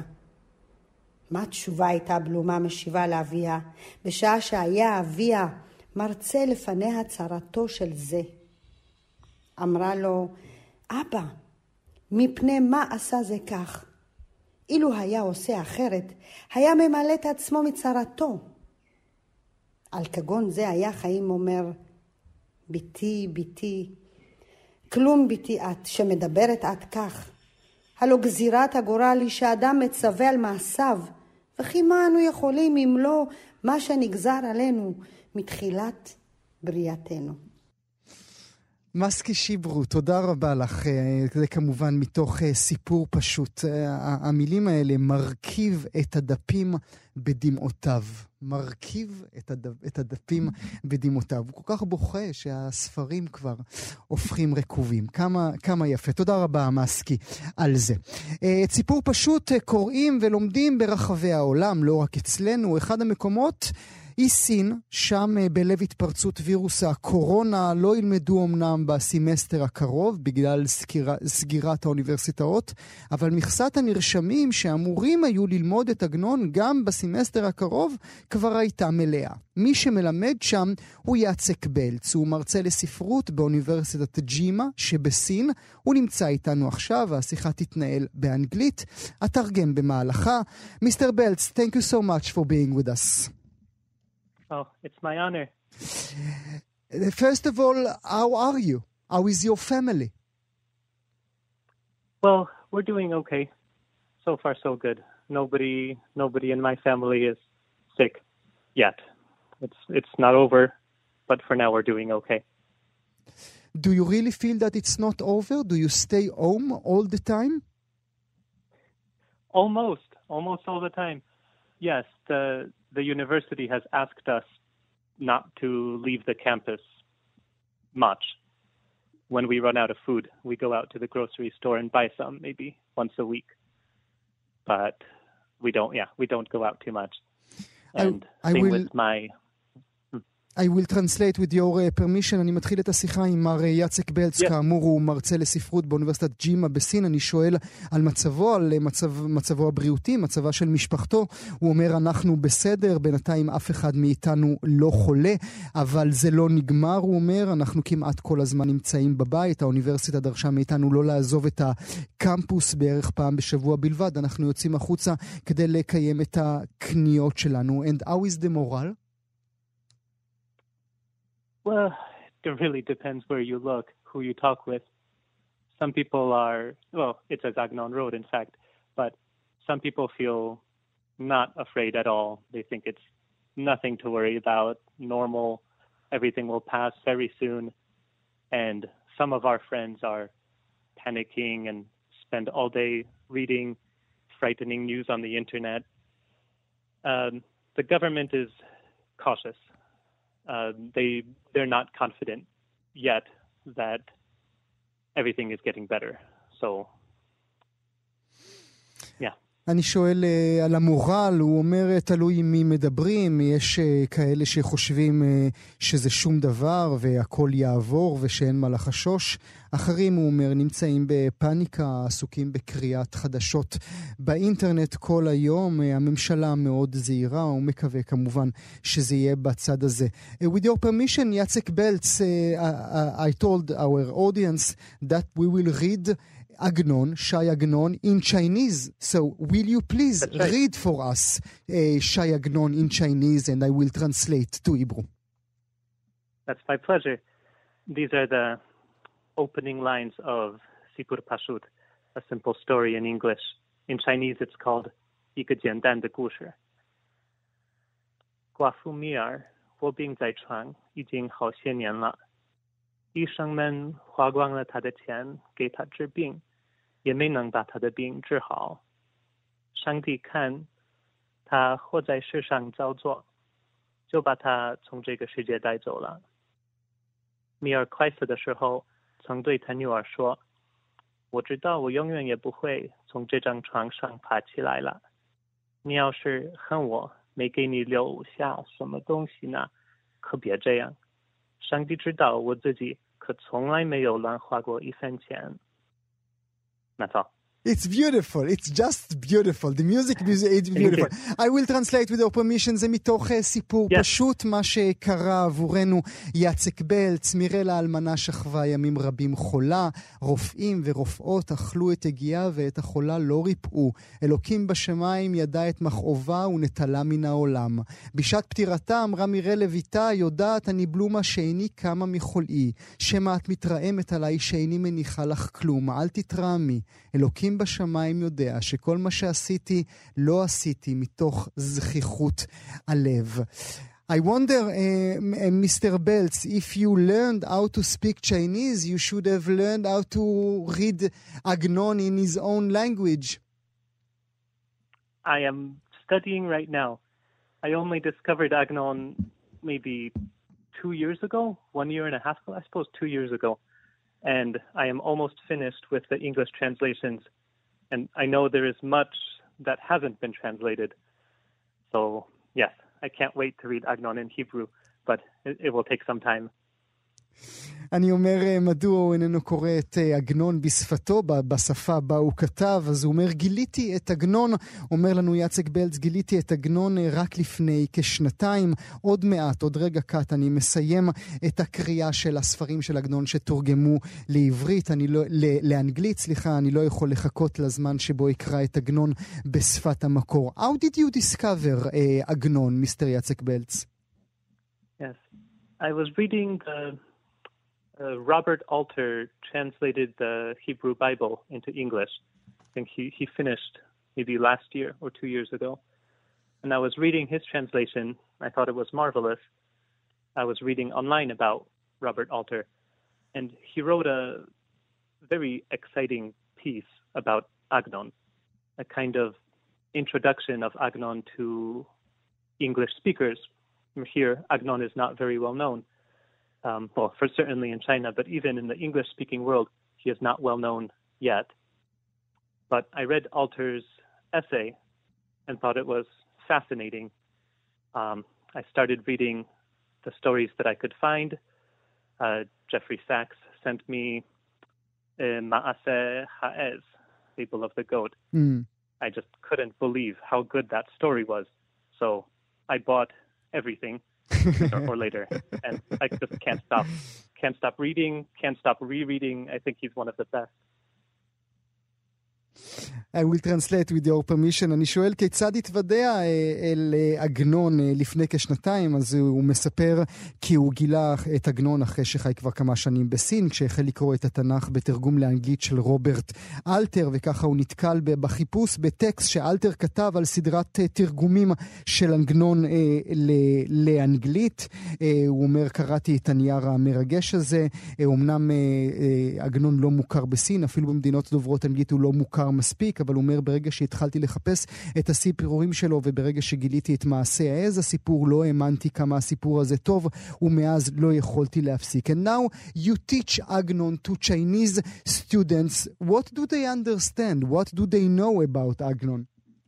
מה תשובה הייתה בלומה משיבה לאביה, בשעה שהיה אביה מרצה לפניה צרתו של זה. אמרה לו, אבא, מפני מה עשה זה כך? אילו היה עושה אחרת, היה ממלא את עצמו מצרתו. על כגון זה היה חיים אומר, ביתי, ביתי, כלום ביתי את, שמדברת עד כך. הלא גזירת הגורל היא שאדם מצווה על מעשיו, וכי מה אנו יכולים אם לא מה שנגזר עלינו מתחילת בריאתנו. מסקי שיברו, תודה רבה לך. זה כמובן מתוך סיפור פשוט. המילים האלה, מרכיב את הדפים בדמעותיו. מרכיב את, הדפ, את הדפים בדמעותיו. הוא כל כך בוכה שהספרים כבר הופכים רקובים. כמה, כמה יפה. תודה רבה, מסקי, על זה. את סיפור פשוט קוראים ולומדים ברחבי העולם, לא רק אצלנו. אחד המקומות היא סין, שם בלב התפרצות וירוס הקורונה לא ילמדו אמנם בסמסטר הקרוב בגלל סגירה, סגירת האוניברסיטאות, אבל מכסת הנרשמים שאמורים היו ללמוד את עגנון גם בסמסטר הקרוב כבר הייתה מלאה. מי שמלמד שם הוא יצחק בלץ, הוא מרצה לספרות באוניברסיטת ג'ימה שבסין, הוא נמצא איתנו עכשיו והשיחה תתנהל באנגלית, אתרגם במהלכה. מיסטר בלץ, thank you so much for being with us. Oh, it's my honor. First of all, how are you? How is your family? Well, we're doing okay. So far, so good. Nobody, nobody in my family is sick yet. It's it's not over, but for now we're doing okay. Do you really feel that it's not over? Do you stay home all the time? Almost, almost all the time. Yes, the the university has asked us not to leave the campus much. When we run out of food, we go out to the grocery store and buy some, maybe once a week. But we don't, yeah, we don't go out too much. And I, I same will... with my... I will translate with your uh, permission. אני מתחיל את השיחה עם מר יצק בלץ, yes. כאמור הוא מרצה לספרות באוניברסיטת ג'ימה בסין. אני שואל על מצבו, על מצב, מצבו הבריאותי, מצבה של משפחתו. הוא אומר אנחנו בסדר, בינתיים אף אחד מאיתנו לא חולה, אבל זה לא נגמר, הוא אומר, אנחנו כמעט כל הזמן נמצאים בבית, האוניברסיטה דרשה מאיתנו לא לעזוב את הקמפוס בערך פעם בשבוע בלבד, אנחנו יוצאים החוצה כדי לקיים את הקניות שלנו. And how is the moral? Well, it really depends where you look, who you talk with. Some people are, well, it says Agnon Road, in fact, but some people feel not afraid at all. They think it's nothing to worry about, normal, everything will pass very soon. And some of our friends are panicking and spend all day reading frightening news on the internet. Um, the government is cautious. Uh, they, they're not confident yet that everything is getting better. So, yeah. אני שואל uh, על המורל, הוא אומר תלוי עם מי מדברים, יש uh, כאלה שחושבים uh, שזה שום דבר והכל יעבור ושאין מה לחשוש, אחרים הוא אומר נמצאים בפאניקה, עסוקים בקריאת חדשות באינטרנט כל היום, uh, הממשלה מאוד זהירה, הוא מקווה כמובן שזה יהיה בצד הזה. Uh, with your permission, Jacek Belz, uh, I, I told our audience that we will read Agnon, Shai Agnon in Chinese. So will you please right. read for us uh, Shai Agnon in Chinese and I will translate to Hebrew. That's my pleasure. These are the opening lines of Sipur Pashut, a simple story in English. In Chinese it's called 一个简单的故事. 寡妇米尔卧病在床已经好些年了，医生们花光了他的钱给他治病，也没能把他的病治好。上帝看他活在世上造作，就把他从这个世界带走了。米尔快死的时候曾对他女儿说，我知道我永远也不会从这张床上爬起来了，你要是恨我没给你留下什么东西呢，可别这样，上帝知道我自己可从来没有乱花过一分钱。That's all. It's beautiful. It's just beautiful. The music is beautiful. I will translate with your permission. זה מתוך סיפור yes. פשוט מה שקרה עבורנו. יצק בלץ, מירלה האלמנה שכבה ימים רבים חולה. רופאים ורופאות אכלו את הגיעה ואת החולה לא ריפאו. אלוקים בשמיים ידע את מכאובה ונטלה מן העולם. בשעת פטירתה אמרה מירלה לביתה, יודעת אני בלומה שאיני קמה מחולאי. שמה את מתרעמת עליי שאיני מניחה לך כלום. אל תתרעמי. אלוקים בשמיים יודע שכל מה שעשיתי לא עשיתי מתוך זכיחות הלב. I wonder, uh, Mister Belz, if you learned how to speak Chinese, you should have learned how to read Agnon in his own language. I am studying right now. I only discovered Agnon maybe two years ago, one year and a half ago, I suppose two years ago. And I am almost finished with the English translations. And I know there is much that hasn't been translated. So, yes, I can't wait to read Agnon in Hebrew, but it, it will take some time. אני אומר מדוע הוא איננו קורא את עגנון בשפתו, בשפה בה הוא כתב, אז הוא אומר גיליתי את עגנון, אומר לנו יצק בלץ, גיליתי את עגנון רק לפני כשנתיים, עוד מעט, עוד רגע קט, אני מסיים את הקריאה של הספרים של עגנון שתורגמו לעברית, אני לא, לאנגלית, סליחה, אני לא יכול לחכות לזמן שבו יקרא את עגנון בשפת המקור. How did you discover עגנון, מיסטר יצק בלץ? Yes, I was reading the Uh, Robert Alter translated the Hebrew Bible into English. I think he, he finished maybe last year or two years ago. And I was reading his translation. I thought it was marvelous. I was reading online about Robert Alter, and he wrote a very exciting piece about Agnon, a kind of introduction of Agnon to English speakers. Here, Agnon is not very well known, um, well, for certainly in China, but even in the English-speaking world, he is not well known yet. But I read Alter's essay and thought it was fascinating. Um, I started reading the stories that I could find. Uh, Jeffrey Sachs sent me uh, Ma'aseh Ha'ez, Fable of the Goat. Mm. I just couldn't believe how good that story was. So I bought everything sooner or later, and I just can't stop. Can't stop reading, can't stop rereading. I think he's one of the best. I will translate with your permission. אני שואל כיצד התוודע אל עגנון לפני כשנתיים. אז הוא מספר כי הוא גילה את עגנון אחרי שחי כבר כמה שנים בסין, כשהחל לקרוא את התנ"ך בתרגום לאנגלית של רוברט אלתר, וככה הוא נתקל בחיפוש בטקסט שאלתר כתב על סדרת תרגומים של עגנון לאנגלית. הוא אומר, קראתי את הנייר המרגש הזה. אמנם עגנון לא מוכר בסין, אפילו במדינות דוברות אנגלית הוא לא מוכר מספיק, אבל הוא אומר, ברגע שהתחלתי לחפש את הסיפורים שלו, וברגע שגיליתי את מעשה העז הסיפור, לא האמנתי כמה הסיפור הזה טוב, ומאז לא יכולתי להפסיק. And now you teach Agnon to Chinese students. What do they understand? What do they know about Agnon?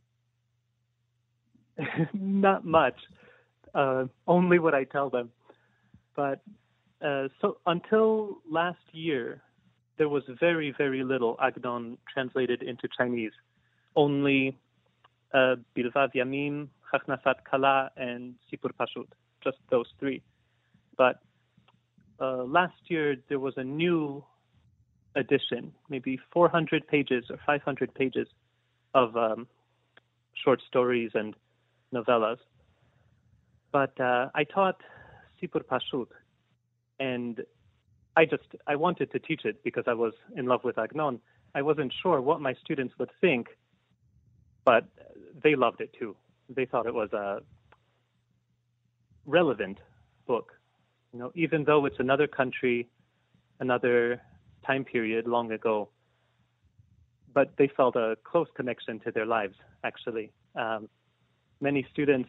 Not much. Uh, only what I tell them. But uh, so until last year, there was very, very little Agnon translated into Chinese. Only uh, Bilvav Yamim, Chachnasat Kala, and Sipur Pashut, just those three. But uh, last year there was a new edition, maybe four hundred pages or five hundred pages of um, short stories and novellas. But uh, I taught Sipur Pashut, and I just, I wanted to teach it because I was in love with Agnon. I wasn't sure what my students would think, but they loved it too. They thought it was a relevant book. You know, even though it's another country, another time period long ago, but they felt a close connection to their lives, actually. Um, many students,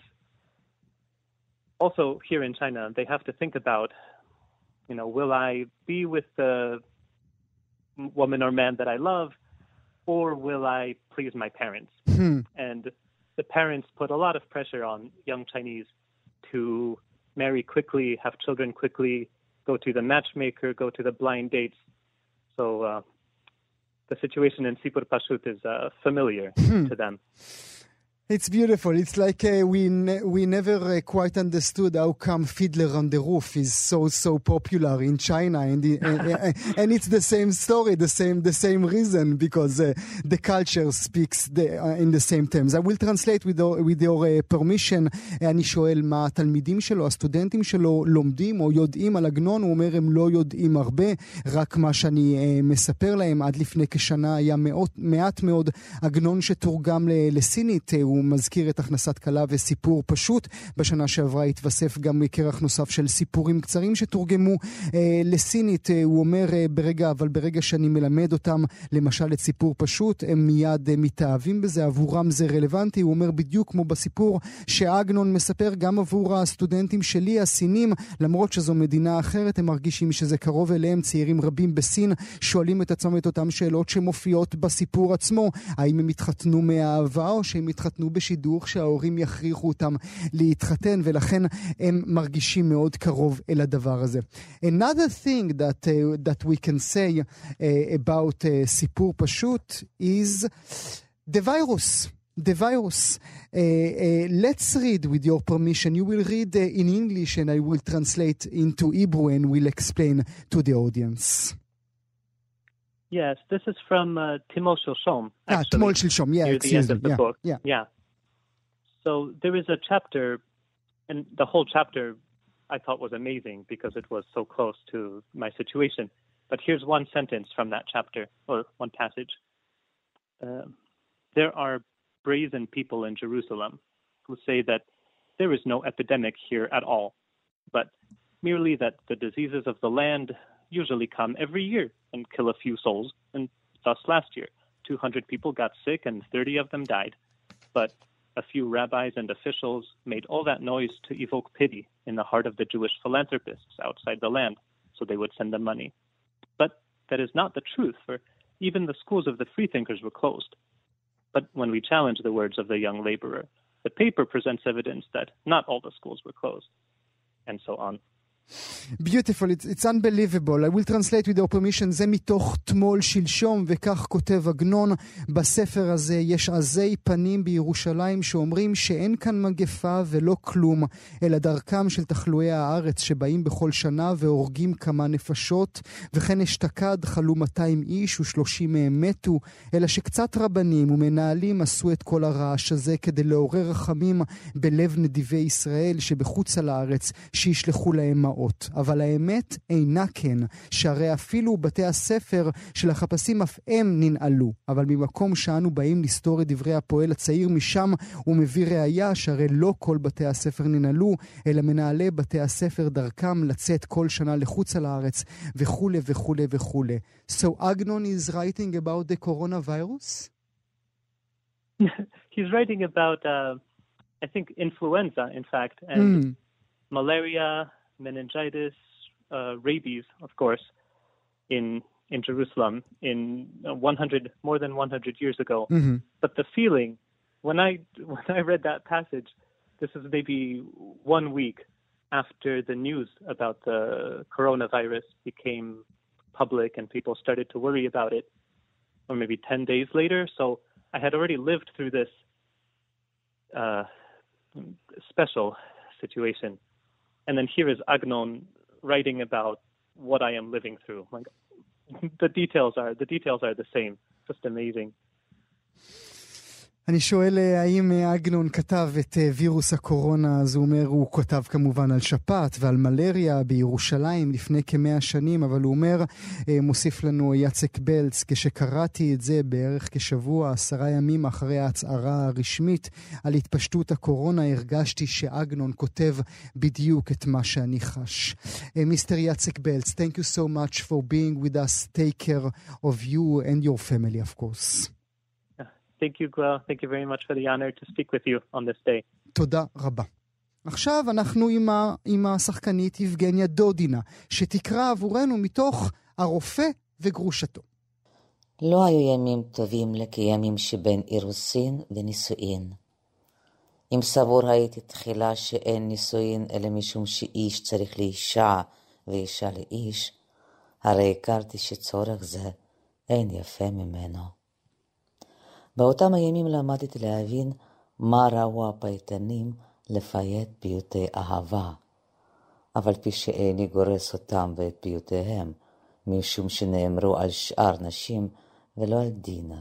also here in China, they have to think about, you know, will I be with the woman or man that I love, or will I please my parents? Hmm. And the parents put a lot of pressure on young Chinese to marry quickly, have children quickly, go to the matchmaker, go to the blind dates. So uh, the situation in Sipur Pashut is uh, familiar Hmm. to them. It's beautiful. It's like uh, we ne- we never uh, quite understood how come Fiddler on the Roof is so so popular in China, and the, uh, and it's the same story, the same the same reason, because uh, the culture speaks the, uh, in the same terms. I will translate with your, with your uh, permission. אני שואל מה התלמידים שלו, הסטודנטים שלו לומדים או יודעים על עגנון. הוא אומר הם לא יודעים הרבה, רק מה שאני uh, מספר להם. עד לפני כשנה היה מאות, מעט מאוד עגנון שתורגם ל- לסינית. הוא מזכיר את הכנסת קלה וסיפור פשוט. בשנה שעברה התווסף גם כרך נוסף של סיפורים קצרים שתורגמו אה, לסינית. אה, הוא אומר אה, ברגע, אבל ברגע שאני מלמד אותם למשל את סיפור פשוט, הם מיד אה, מתאהבים בזה, עבורם זה רלוונטי. הוא אומר בדיוק כמו בסיפור שעגנון מספר, גם עבור הסטודנטים שלי, הסינים, למרות שזו מדינה אחרת, הם מרגישים שזה קרוב אליהם. צעירים רבים בסין שואלים את עצמם את אותם שאלות שמופיעות בסיפור עצמו. האם הם התחתנו מהאהבה או שהם התחתנו בשידוך שההורים יכריחו אותם להתחתן, ולכן הם מרגישים מאוד קרוב אל הדבר הזה. Another thing that, uh, that we can say uh, about uh, סיפור פשוט is the virus. The virus. Uh, uh, let's read with your permission. You will read uh, in English and I will translate into Hebrew and will explain to the audience. Yes, this is from uh, Timol Shilshom, Ah, actually, Timol Shilshom, yeah, near the excuse end of me. the Yeah, book. yeah. yeah. So there is a chapter, and the whole chapter I thought was amazing because it was so close to my situation. But here's one sentence from that chapter, or one passage. Uh, there are brazen people in Jerusalem who say that there is no epidemic here at all, but merely that the diseases of the land usually come every year and kill a few souls, and thus last year, two hundred people got sick and thirty of them died. But a few rabbis and officials made all that noise to evoke pity in the heart of the Jewish philanthropists outside the land, so they would send them money. But that is not the truth, for even the schools of the freethinkers were closed. But when we challenge the words of the young laborer, the paper presents evidence that not all the schools were closed, and so on. Beautiful, it's, it's unbelievable. I will translate with your permission. זה מתוך תמול שלשום, וכך כותב עגנון. בספר הזה יש עזי פנים בירושלים שאומרים שאין כאן מגפה ולא כלום, אלא דרכם של תחלואי הארץ שבאים בכל שנה והורגים כמה נפשות, וכן אשתקד חלו מאתיים איש ושלושים מהם מתו, אלא שקצת רבנים ומנהלים עשו את כל הרעש הזה כדי לעורר רחמים בלב נדיבי ישראל שבחוץ על הארץ, שישלחו להם מעות. אבל האמת אינה כן, שהרי אפילו בתי הספר של החפשים אף הם ננעלו. אבל ממקום שאנו באים לסתור את דברי הפועל הצעיר משם, הוא מביא ראיה שהרי לא כל בתי הספר ננעלו, אלא מנהלי בתי הספר דרכם לצאת כל שנה לחוץ על הארץ, וכו' וכו' וכו'. So Agnon is writing about the coronavirus? He's writing about, uh, I think, influenza, in fact, and mm. malaria, meningitis, uh, rabies, of course, in in Jerusalem in uh, one hundred more than one hundred years ago. Mm-hmm. But the feeling when I when I read that passage, this is maybe one week after the news about the coronavirus became public and people started to worry about it, or maybe ten days later. So I had already lived through this uh, special situation. And then here is Agnon writing about what I am living through. Like, the details are the details are the same. Just amazing. אני שואל האם אגנון כתב את וירוס הקורונה, אז הוא אומר, הוא כותב כמובן על שפעת ועל מלריה בירושלים לפני כמאה שנים, אבל הוא אומר, מוסיף לנו יצק בלץ, כשקראתי את זה בערך כשבוע, עשרה ימים אחרי ההצהרה הרשמית על התפשטות הקורונה, הרגשתי שאגנון כותב בדיוק את מה שאני חש. מיסטר יצק בלץ, thank you so much for being with us. Take care of you and your family, of course. Thank you, Glau. Thank you very much for the honor to speak with you on this day. תודה רבה. עכשיו אנחנו עם, ה, עם השחקנית יבגניה דודינה, שתקרא עבורנו מתוך הרופא וגרושתו. לא היו ימים טובים כימים שבין אירוסין ונישואין. אם סבור הייתי תחילה שאין נישואין, אלא משום שאיש צריך לאישה ואישה לאיש, הרי הכרתי שצורך זה אין יפה ממנו. באותם הימים למדתי להבין מה ראו הפייטנים לפייט פיוטי אהבה, אבל פי שאיני גורס אותם ואת פיוטיהם, משום שנאמרו על שאר נשים ולא על דינה.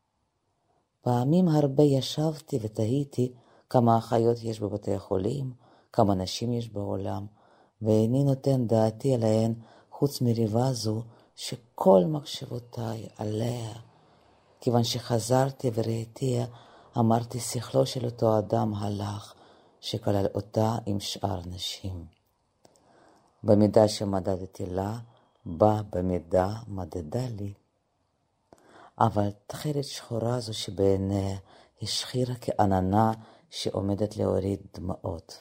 פעמים הרבה ישבתי ותהיתי כמה אחיות יש בבתי החולים, כמה נשים יש בעולם, ואיני נותן דעתי עליהן חוץ מריבה זו שכל מחשבותיי עליה. כיוון שחזרתי וראיתיה, אמרתי שכלו של אותו אדם הלך, שכלל אותה עם שאר נשים. במידה שמדדתי לה, בה במידה מדדה לי. אבל תחילת שחורה זו שבעיניה השחירה כעננה שעומדת להוריד דמעות.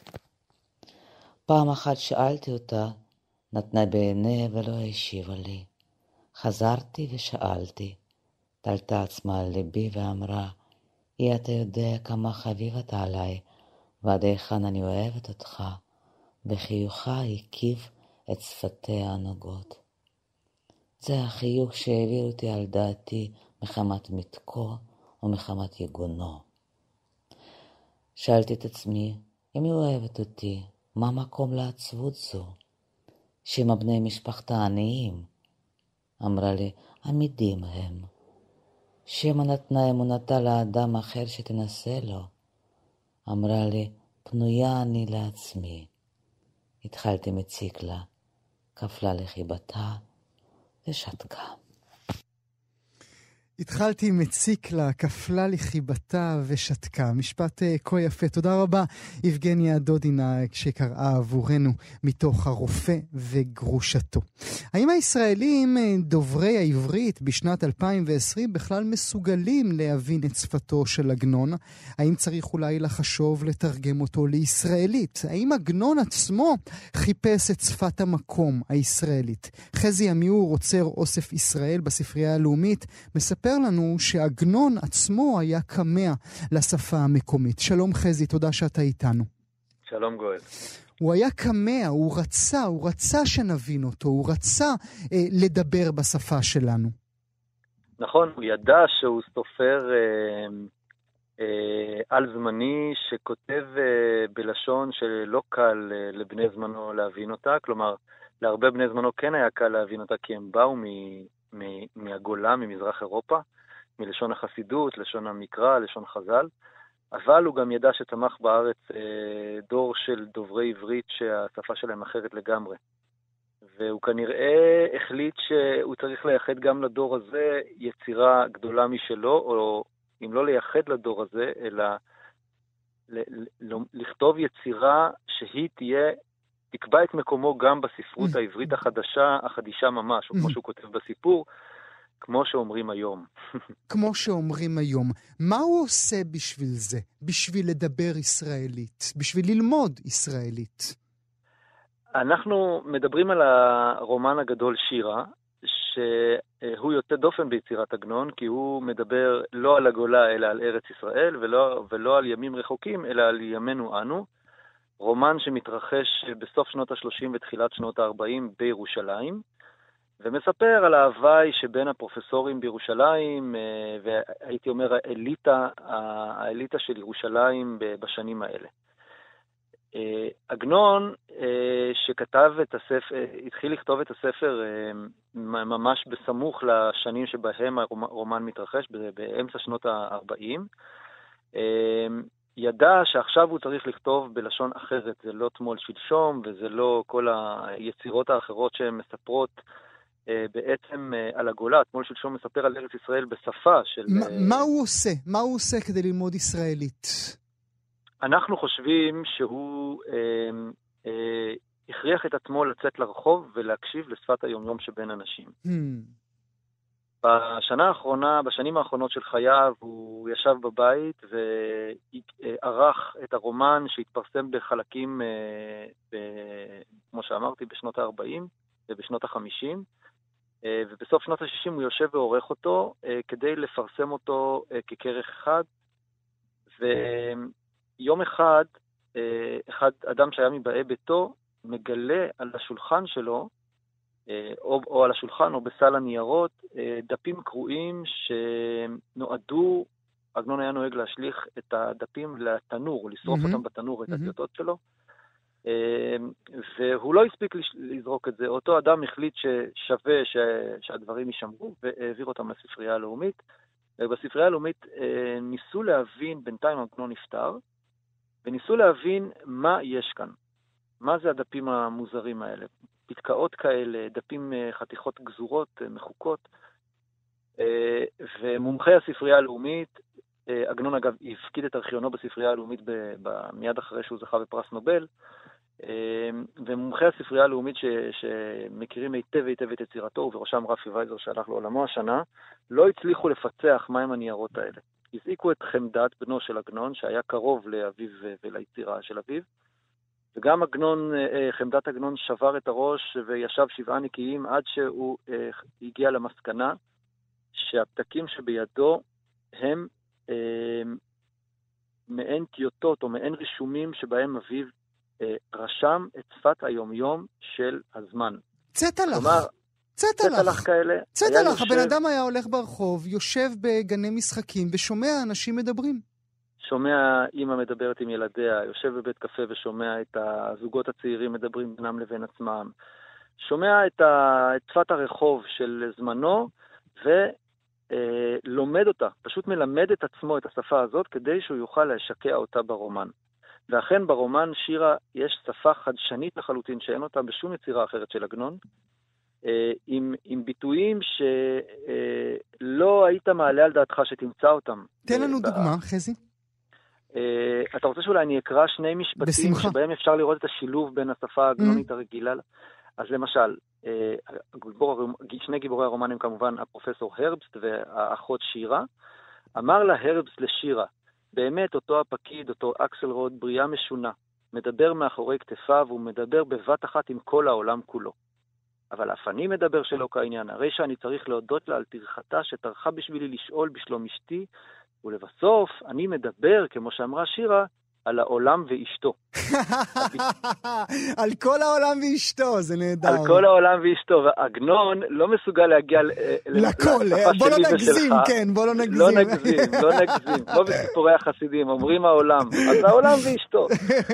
פעם אחת שאלתי אותה, נתנה בעיניה ולא השיבה לי. חזרתי ושאלתי. תלתה עצמה על ליבי ואמרה, אי אתה יודע כמה חביב אתה עליי, ועד היכן אני אוהבת אותך. בחיוכה הקיף את שפתיה הנוגות. זה החיוך שהעביר אותי על דעתי מחמת מתקו ומחמת יגונו. שאלתי את עצמי, אם היא אוהבת אותי, מה מקום לעצבות זו? שמה בני משפחתה עניים? אמרה לי, עמידים הם. שמה נתנה אמונתה לאדם אחר שתנסה לו. אמרה לי, פנויה אני לעצמי. התחלתי מציק לה, כפלה לחיבתה ושתקה. התחלתי עם מציק לה, כפלה לי חיבתה ושתקה. משפט uh, כה יפה. תודה רבה, יבגניה דודינה, שקראה עבורנו מתוך הרופא וגרושתו. האם הישראלים דוברי העברית בשנת אלפיים ועשרים בכלל מסוגלים להבין את שפתו של עגנון? האם צריך אולי לחשוב לתרגם אותו לישראלית? האם עגנון עצמו חיפש את שפת המקום הישראלית? חזי עמיור, עוצר אוסף ישראל בספרייה הלאומית, מספר לנו שעגנון עצמו היה קמע לשפה המקומית. שלום חזי, תודה שאתה איתנו. שלום גואל. הוא היה קמע, הוא רצה, הוא רצה שנבין אותו, הוא רצה אה, לדבר בשפה שלנו. נכון, הוא ידע שהוא סופר אה, אה, על זמני שכותב אה, בלשון שלא קל אה, לבני זמנו להבין אותה, כלומר, להרבה בני זמנו כן היה קל להבין אותה כי הם באו מ... מהגולה, ממזרח אירופה, מלשון החסידות, לשון המקרא, לשון חז"ל, אבל הוא גם ידע שצמח בארץ אה, דור של דוברי עברית שהשפה שלהם אחרת לגמרי. והוא כנראה החליט שהוא צריך לייחד גם לדור הזה יצירה גדולה משלו, או אם לא לייחד לדור הזה, אלא ל- ל- לכתוב יצירה שהיא תהיה, תקבע את מקומו גם בספרות העברית החדשה, החדישה ממש, או כמו שהוא כותב בסיפור, כמו שאומרים היום. כמו שאומרים היום. מה הוא עושה בשביל זה? בשביל לדבר ישראלית? בשביל ללמוד ישראלית? אנחנו מדברים על הרומן הגדול שירה, שהוא יוצא דופן ביצירת עגנון, כי הוא מדבר לא על הגולה, אלא על ארץ ישראל, ולא, ולא על ימים רחוקים, אלא על ימינו אנו. רומן שמתרחש בסוף שנות ה-שלושים ותחילת שנות ה-ארבעים בירושלים, ומספר על ההוואי שבין הפרופסורים בירושלים, והייתי אומר האליטה, האליטה של ירושלים בשנים האלה. עגנון, שכתב את הספר, התחיל לכתוב את הספר ממש בסמוך לשנים שבהם הרומן מתרחש, באמצע שנות ה-ארבעים, ידע שעכשיו הוא צריך לכתוב בלשון אחרת, זה לא תמול שלשום, וזה לא כל היצירות האחרות שהן מספרות בעצם על הגולה. תמול שלשום מספר על ארץ ישראל בשפה של... ما, מה הוא עושה? מה הוא עושה כדי ללמוד ישראלית? אנחנו חושבים שהוא אה, אה, הכריח את עצמו לצאת לרחוב ולהקשיב לשפת היומיום שבין אנשים. Hmm. בשנה האחרונה, בשנים האחרונות של חייו, הוא ישב בבית וערך את הרומן שהתפרסם בחלקים, ב, כמו שאמרתי, בשנות ה-ארבעים ובשנות ה-חמישים, ובסוף שנות ה-שישים הוא יושב ועורך אותו כדי לפרסם אותו ככרך אחד, ויום אחד, אחד אדם שהיה מבאי ביתו מגלה על השולחן שלו, או, או על השולחן או בסל הניירות, דפים קרועים שנועדו, עגנון היה נוהג להשליך את הדפים לתנור, לשרוף mm-hmm. אותם בתנור, את הטיוטות mm-hmm. שלו, והוא לא הספיק לזרוק את זה. אותו אדם החליט ששווה ש... שהדברים יישמרו, והעביר אותם לספרייה הלאומית, ובספרייה הלאומית ניסו להבין, בינתיים עגנון נפטר, וניסו להבין מה יש כאן, מה זה הדפים המוזרים האלה. פתקאות כאלה, דפים חתיכות גזורות, מחוקות, ומומחי הספרייה הלאומית, עגנון אגב הפקיד את ארכיונו בספרייה הלאומית מיד אחרי שהוא זכה בפרס נובל, ומומחי הספרייה הלאומית ש, שמכירים היטב היטב את יצירתו, ובראשם רפי וייזר שהלך לעולמו השנה, לא הצליחו לפצח מהם הניירות האלה. הזעיקו את חמדת, בנו של עגנון, שהיה קרוב לאביו וליצירה של אביו, וגם עגנון, חמדת עגנון שבר את הראש וישב שבעה נקיים עד שהוא הגיע למסקנה שהפתקים שבידו הם מעין טיוטות או מעין רישומים שבהם אביו רשם את שפת היומיום של הזמן. צטלך. כלומר, צטלך כאלה. צטלך, הבן אדם היה הולך ברחוב, יושב בגני משחקים ושומע אנשים מדברים. שומע אמא מדברת עם ילדיה, יושב בבית קפה ושומע את הזוגות הצעירים מדברים בינם לבין עצמם. שומע את, ה... את שפת הרחוב של זמנו ולומד אותה, פשוט מלמד את עצמו את השפה הזאת כדי שהוא יוכל להשקע אותה ברומן. ואכן ברומן שירה יש שפה חדשנית לחלוטין שאין אותה בשום יצירה אחרת של עגנון. עם, עם ביטויים שלא היית מעלה על דעתך שתמצא אותם. תן לנו דוגמה, חזי. אתה רוצה שאולי אני אקרא שני משפטים בשמחה. שבהם אפשר לראות את השילוב בין השפה העגנונית הרגילה? אז למשל, שני גיבורי הרומן הם כמובן הפרופסור הרבסט והאחות שירה. אמר לה הרבסט לשירה, באמת אותו הפקיד, אותו אקסלרוד, בריאה משונה, מדבר מאחורי כתפיו, הוא מדבר בבת אחת עם כל העולם כולו. אבל אף אני מדבר שלא כעניין, הרי שאני צריך להודות לה על תרחתה שטרחה בשבילי לשאול בשלום אשתי, ולבסוף אני מדבר, כמו שאמרה שירה, על העולם ואשתו. על כל העולם ואשתו, זה נהדר. על כל העולם ואשתו, והעגנון לא מסוגל להגיע לכל, בוא לא נגזים, כן, בוא לא נגזים. לא נגזים, לא נגזים, לא בסיפורי החסידים, אומרים העולם, אז העולם ואשתו.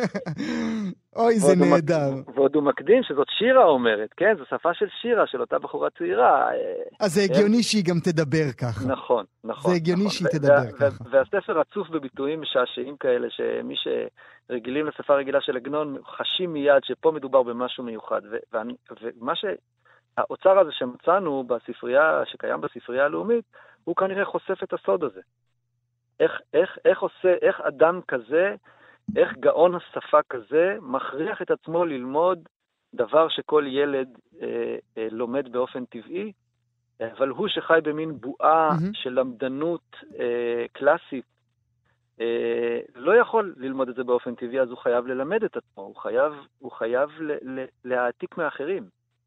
אוי, זה נהדר. ועוד הוא מקדים שזאת שירה אומרת, כן? זו שפה של שירה, של אותה בחורה צעירה. אז זה הגיוני שהיא גם תדבר ככה. נכון, נכון. זה הגיוני שהיא תדבר ככה. והספר רצוף בביטויים משעשעים כאלה, שמי שרגילים לשפה רגילה של עגנון, חשים מיד שפה מדובר במשהו מיוחד. ומה שהאוצר הזה שמצאנו בספרייה, שקיים בספרייה הלאומית, הוא כנראה חושף את הסוד הזה. איך, איך, איך עושה, איך אדם כזה, איך גאון השפה כזה מכריח את עצמו ללמוד דבר שכל ילד אה, אה, לומד באופן טבעי, אבל הוא שחי במין בועה mm-hmm. של למדנות אה, קלאסית, אה, לא יכול ללמוד את זה באופן טבעי, אז הוא חייב ללמד את עצמו, הוא חייב, הוא חייב ל- ל- להעתיק מאחרים.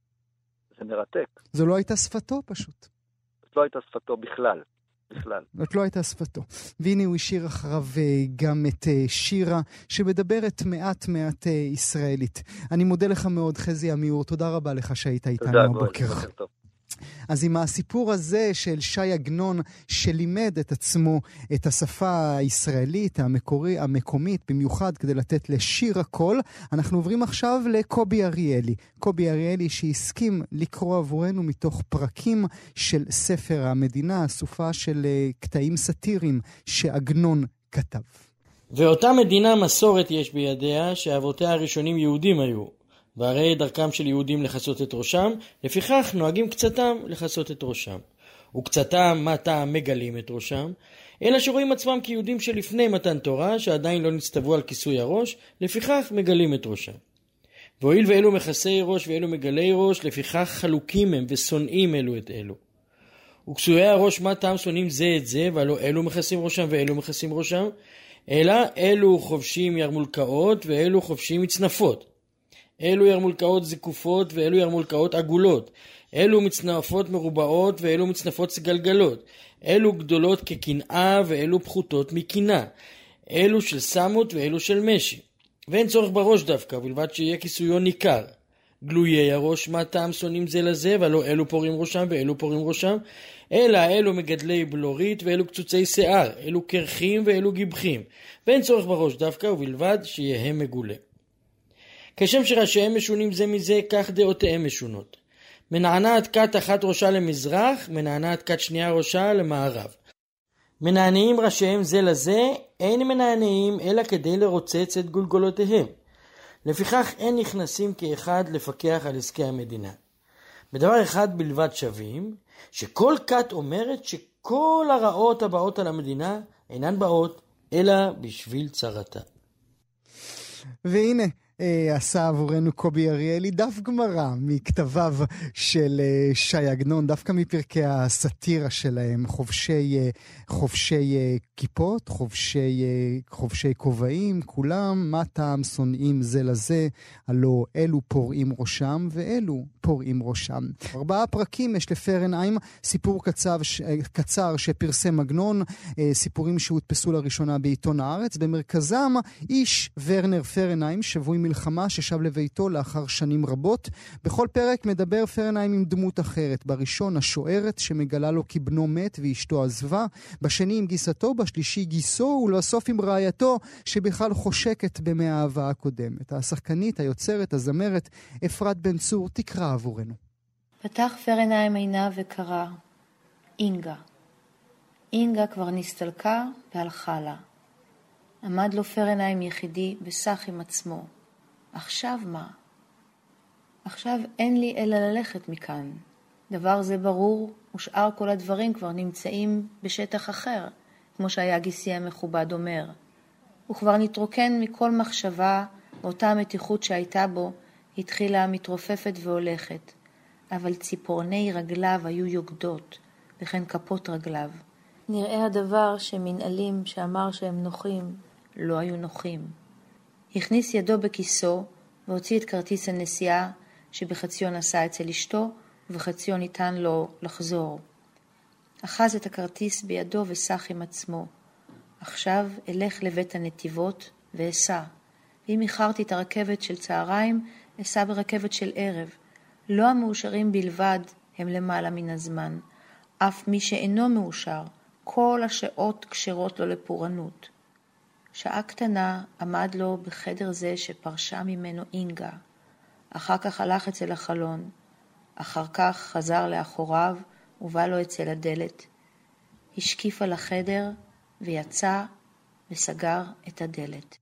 זה מרתק. זו לא הייתה שפתו פשוט. זו לא הייתה שפתו בכלל. בכלל. זאת לא הייתה שפתו. והנה הוא השאיר אחריו גם את שירה, שמדברת מעט מעט ישראלית. אני מודה לך מאוד, חזי עמיור, תודה רבה לך שהיית איתנו הבוקר. תודה, טוב. אז עם הסיפור הזה של שי עגנון, שלימד את עצמו את השפה הישראלית, המקורי, המקומית, במיוחד כדי לתת לשיר הכל, אנחנו עוברים עכשיו לקובי אריאלי. קובי אריאלי שהסכים לקרוא עבורנו מתוך פרקים של ספר המדינה, אסופה של קטעים סטיריים שעגנון כתב. ואותה מדינה מסורת יש בידיה שאבותיה הראשונים יהודים היו. והרי דרכם של יהודים לחסות את ראשם, לפיכך נוהגים קצתם לחסות את ראשם. וקצתם מטה מגלים את ראשם, אלא שרואים עצמם כיהודים שלפני מתן תורה, שעדיין לא נצטוו על כיסוי הראש, לפיכך מגלים את ראשם. והואיל ואלו מכסי ראש ואלו מגלי ראש, לפיכך חלוקים הם ושונאים אלו את אלו. וכסויי הראש מטם שונאים זה את זה, והלא אלו מכסים ראשם ואלו מכסים ראשם, אלא אלו חובשים ירמולקאות ואלו חובשים מצנפות. אלו ירמולקאות זקופות ואלו ירמולקאות עגולות. אלו מצנפות מרובעות ואלו מצנפות גלגלות. אלו גדולות כקנאה ואלו פחותות מקנאה. אלו של סמות ואלו של משי. ואין צורך בראש דווקא, בלבד שיהיה כיסויו ניכר. גלויי הראש מה טעם שונאים זה לזה, ולא אלו פורים ראשם ואלו פורים ראשם. אלא אלו מגדלי בלורית ואלו קצוצי שיער. אלו קרחים ואלו גיבחים. ואין צורך בראש דווקא, ובלבד שיהם מגולה. כשם שראשיהם משונים זה מזה, כך דעותיהם משונות. מנענעת כת אחת ראשה למזרח, מנענעת כת שנייה ראשה למערב. מנענעים ראשיהם זה לזה, אין מנענעים אלא כדי לרוצץ את גולגולותיהם. לפיכך אין נכנסים כאחד לפקח על עסקי המדינה. בדבר אחד בלבד שווים, שכל כת אומרת שכל הרעות הבאות על המדינה אינן באות, אלא בשביל צרתה. והנה, עשה עבורנו קובי אריאלי דף גמרא מכתביו של שי עגנון, דווקא מפרקי הסטירה שלהם, חובשי, חובשי כיפות, חובשי, חובשי כובעים, כולם, מה טעם שונאים זה לזה, הלא אלו פורעים ראשם ואלו פורעים ראשם. ארבעה פרקים יש לפרנהיים, סיפור קצר, קצר שפרסם עגנון, סיפורים שהודפסו לראשונה בעיתון הארץ, במרכזם איש ורנר פרנהיים, שבוי מלחמה ששב לביתו לאחר שנים רבות. בכל פרק מדבר פרנהיים עם דמות אחרת. בראשון השוערת שמגלה לו כי בנו מת ואשתו עזבה, בשני עם גיסתו, בשלישי גיסו, ולסוף עם רעייתו שבכלל חושקת במי האהבה הקודמת. השחקנית, היוצרת, הזמרת, אפרת בן צור, תקרא עבורנו. פתח פרנהיים עיניו וקרא, אינגה. אינגה כבר נסתלקה והלכה לה. עמד לו פרנהיים יחידי בסך עם עצמו. עכשיו מה? עכשיו אין לי אלא ללכת מכאן. דבר זה ברור, ושאר כל הדברים כבר נמצאים בשטח אחר, כמו שהיה גיסי המכובד אומר. הוא כבר נתרוקן מכל מחשבה, ואותה המתיחות שהייתה בו התחילה מתרופפת והולכת. אבל ציפורני רגליו היו יוגדות, וכן כפות רגליו. נראה הדבר שמנהלים שאמר שהם נוחים, לא היו נוחים. הכניס ידו בכיסו, והוציא את כרטיס הנסיעה, שבחציו נסע אצל אשתו, ובחציו ניתן לו לחזור. אחז את הכרטיס בידו וסח עם עצמו. עכשיו אלך לבית הנתיבות ואסע. ואם איחרתי את הרכבת של צהריים, אסע ברכבת של ערב. לא המאושרים בלבד הם למעלה מן הזמן. אף מי שאינו מאושר, כל השעות קשרות לו לפורענות. שעה קטנה עמד לו בחדר זה שפרשה ממנו אינגה. אחר כך הלך אצל החלון. אחר כך חזר לאחוריו ובא לו אצל הדלת. השקיף על החדר ויצא וסגר את הדלת.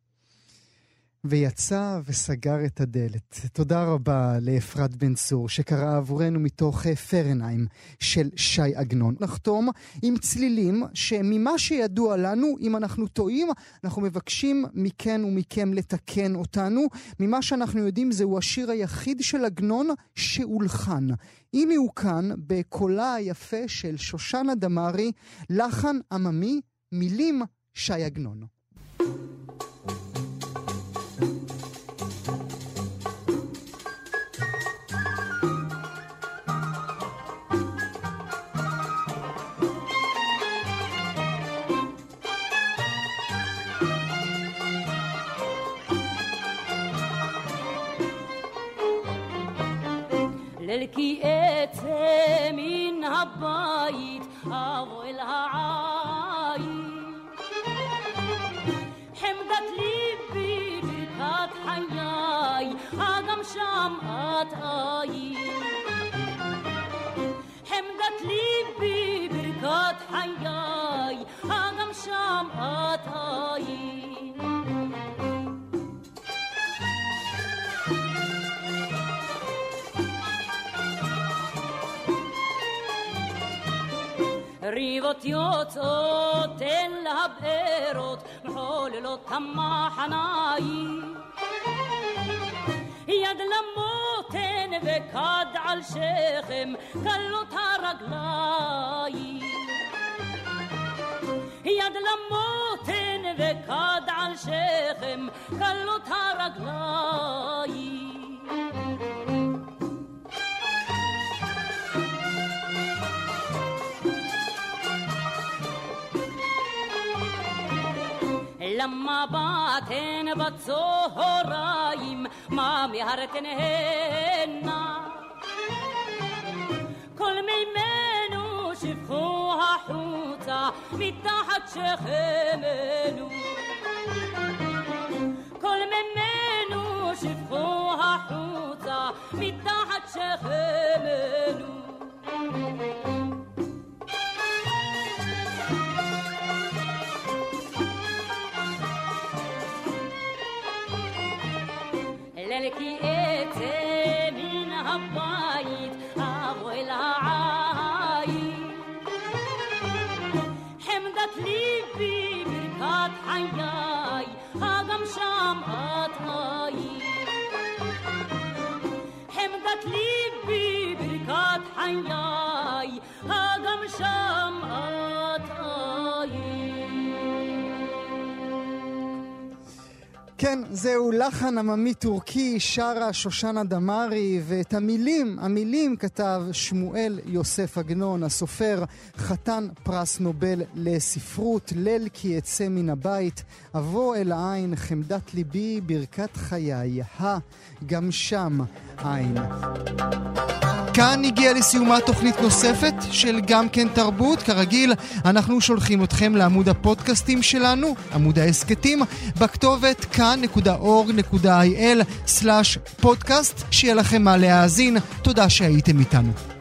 ויצא וסגר את הדלת. תודה רבה לאפרת בן צור שקראה עבורנו מתוך פרנהיים של שי עגנון. נחתום עם צלילים שממה שידוע לנו, אם אנחנו טועים, אנחנו מבקשים מכן ומכם לתקן אותנו. ממה שאנחנו יודעים זהו השיר היחיד של עגנון שהולחן. הנה הוא כאן בקולה היפה של שושנה דמארי, לחן עממי, מילים שי עגנון. ללכי אצא מן הבית אבוא אל העין חמדת ליבי ברכת חיי אגם שם את עין חמדת ליבי ברכת חיי אגם שם את עין ריבות יוצאות אל הבארות מחוללות המחניים יד למותן וכד על שכם קלות הרגליים יד למותן וכד על שכם קלות הרגליים למה באתן בצהריים מה מהרתן הנה כל מימנו שפכו החוצה מתחת שכמנו כל מימנו שפכו החוצה מתחת שכמנו ללכי אצא מן הבית אבוא אל העין חמדת ליבי ברכת חיי אגם שם את עין חמדת ליבי ברכת חיי אגם שם את עין כן, זהו לחן עממי טורקי, שרה שושנה דמארי, ואת המילים, המילים כתב שמואל יוסף עגנון, הסופר, חתן פרס נובל לספרות. ליל כי יצא מן הבית, אבוא אל העין, חמדת ליבי, ברכת חיי, ה, גם שם עין. כאן הגיעה לסיומה תוכנית נוספת של גם כן תרבות. כרגיל, אנחנו שולחים אתכם לעמוד הפודקאסטים שלנו, עמוד העסקתים, בכתובת כאן נקודה אורג נקודה איי אל סלש פודקאסט. שיהיה לכם מה להאזין. תודה שהייתם איתנו.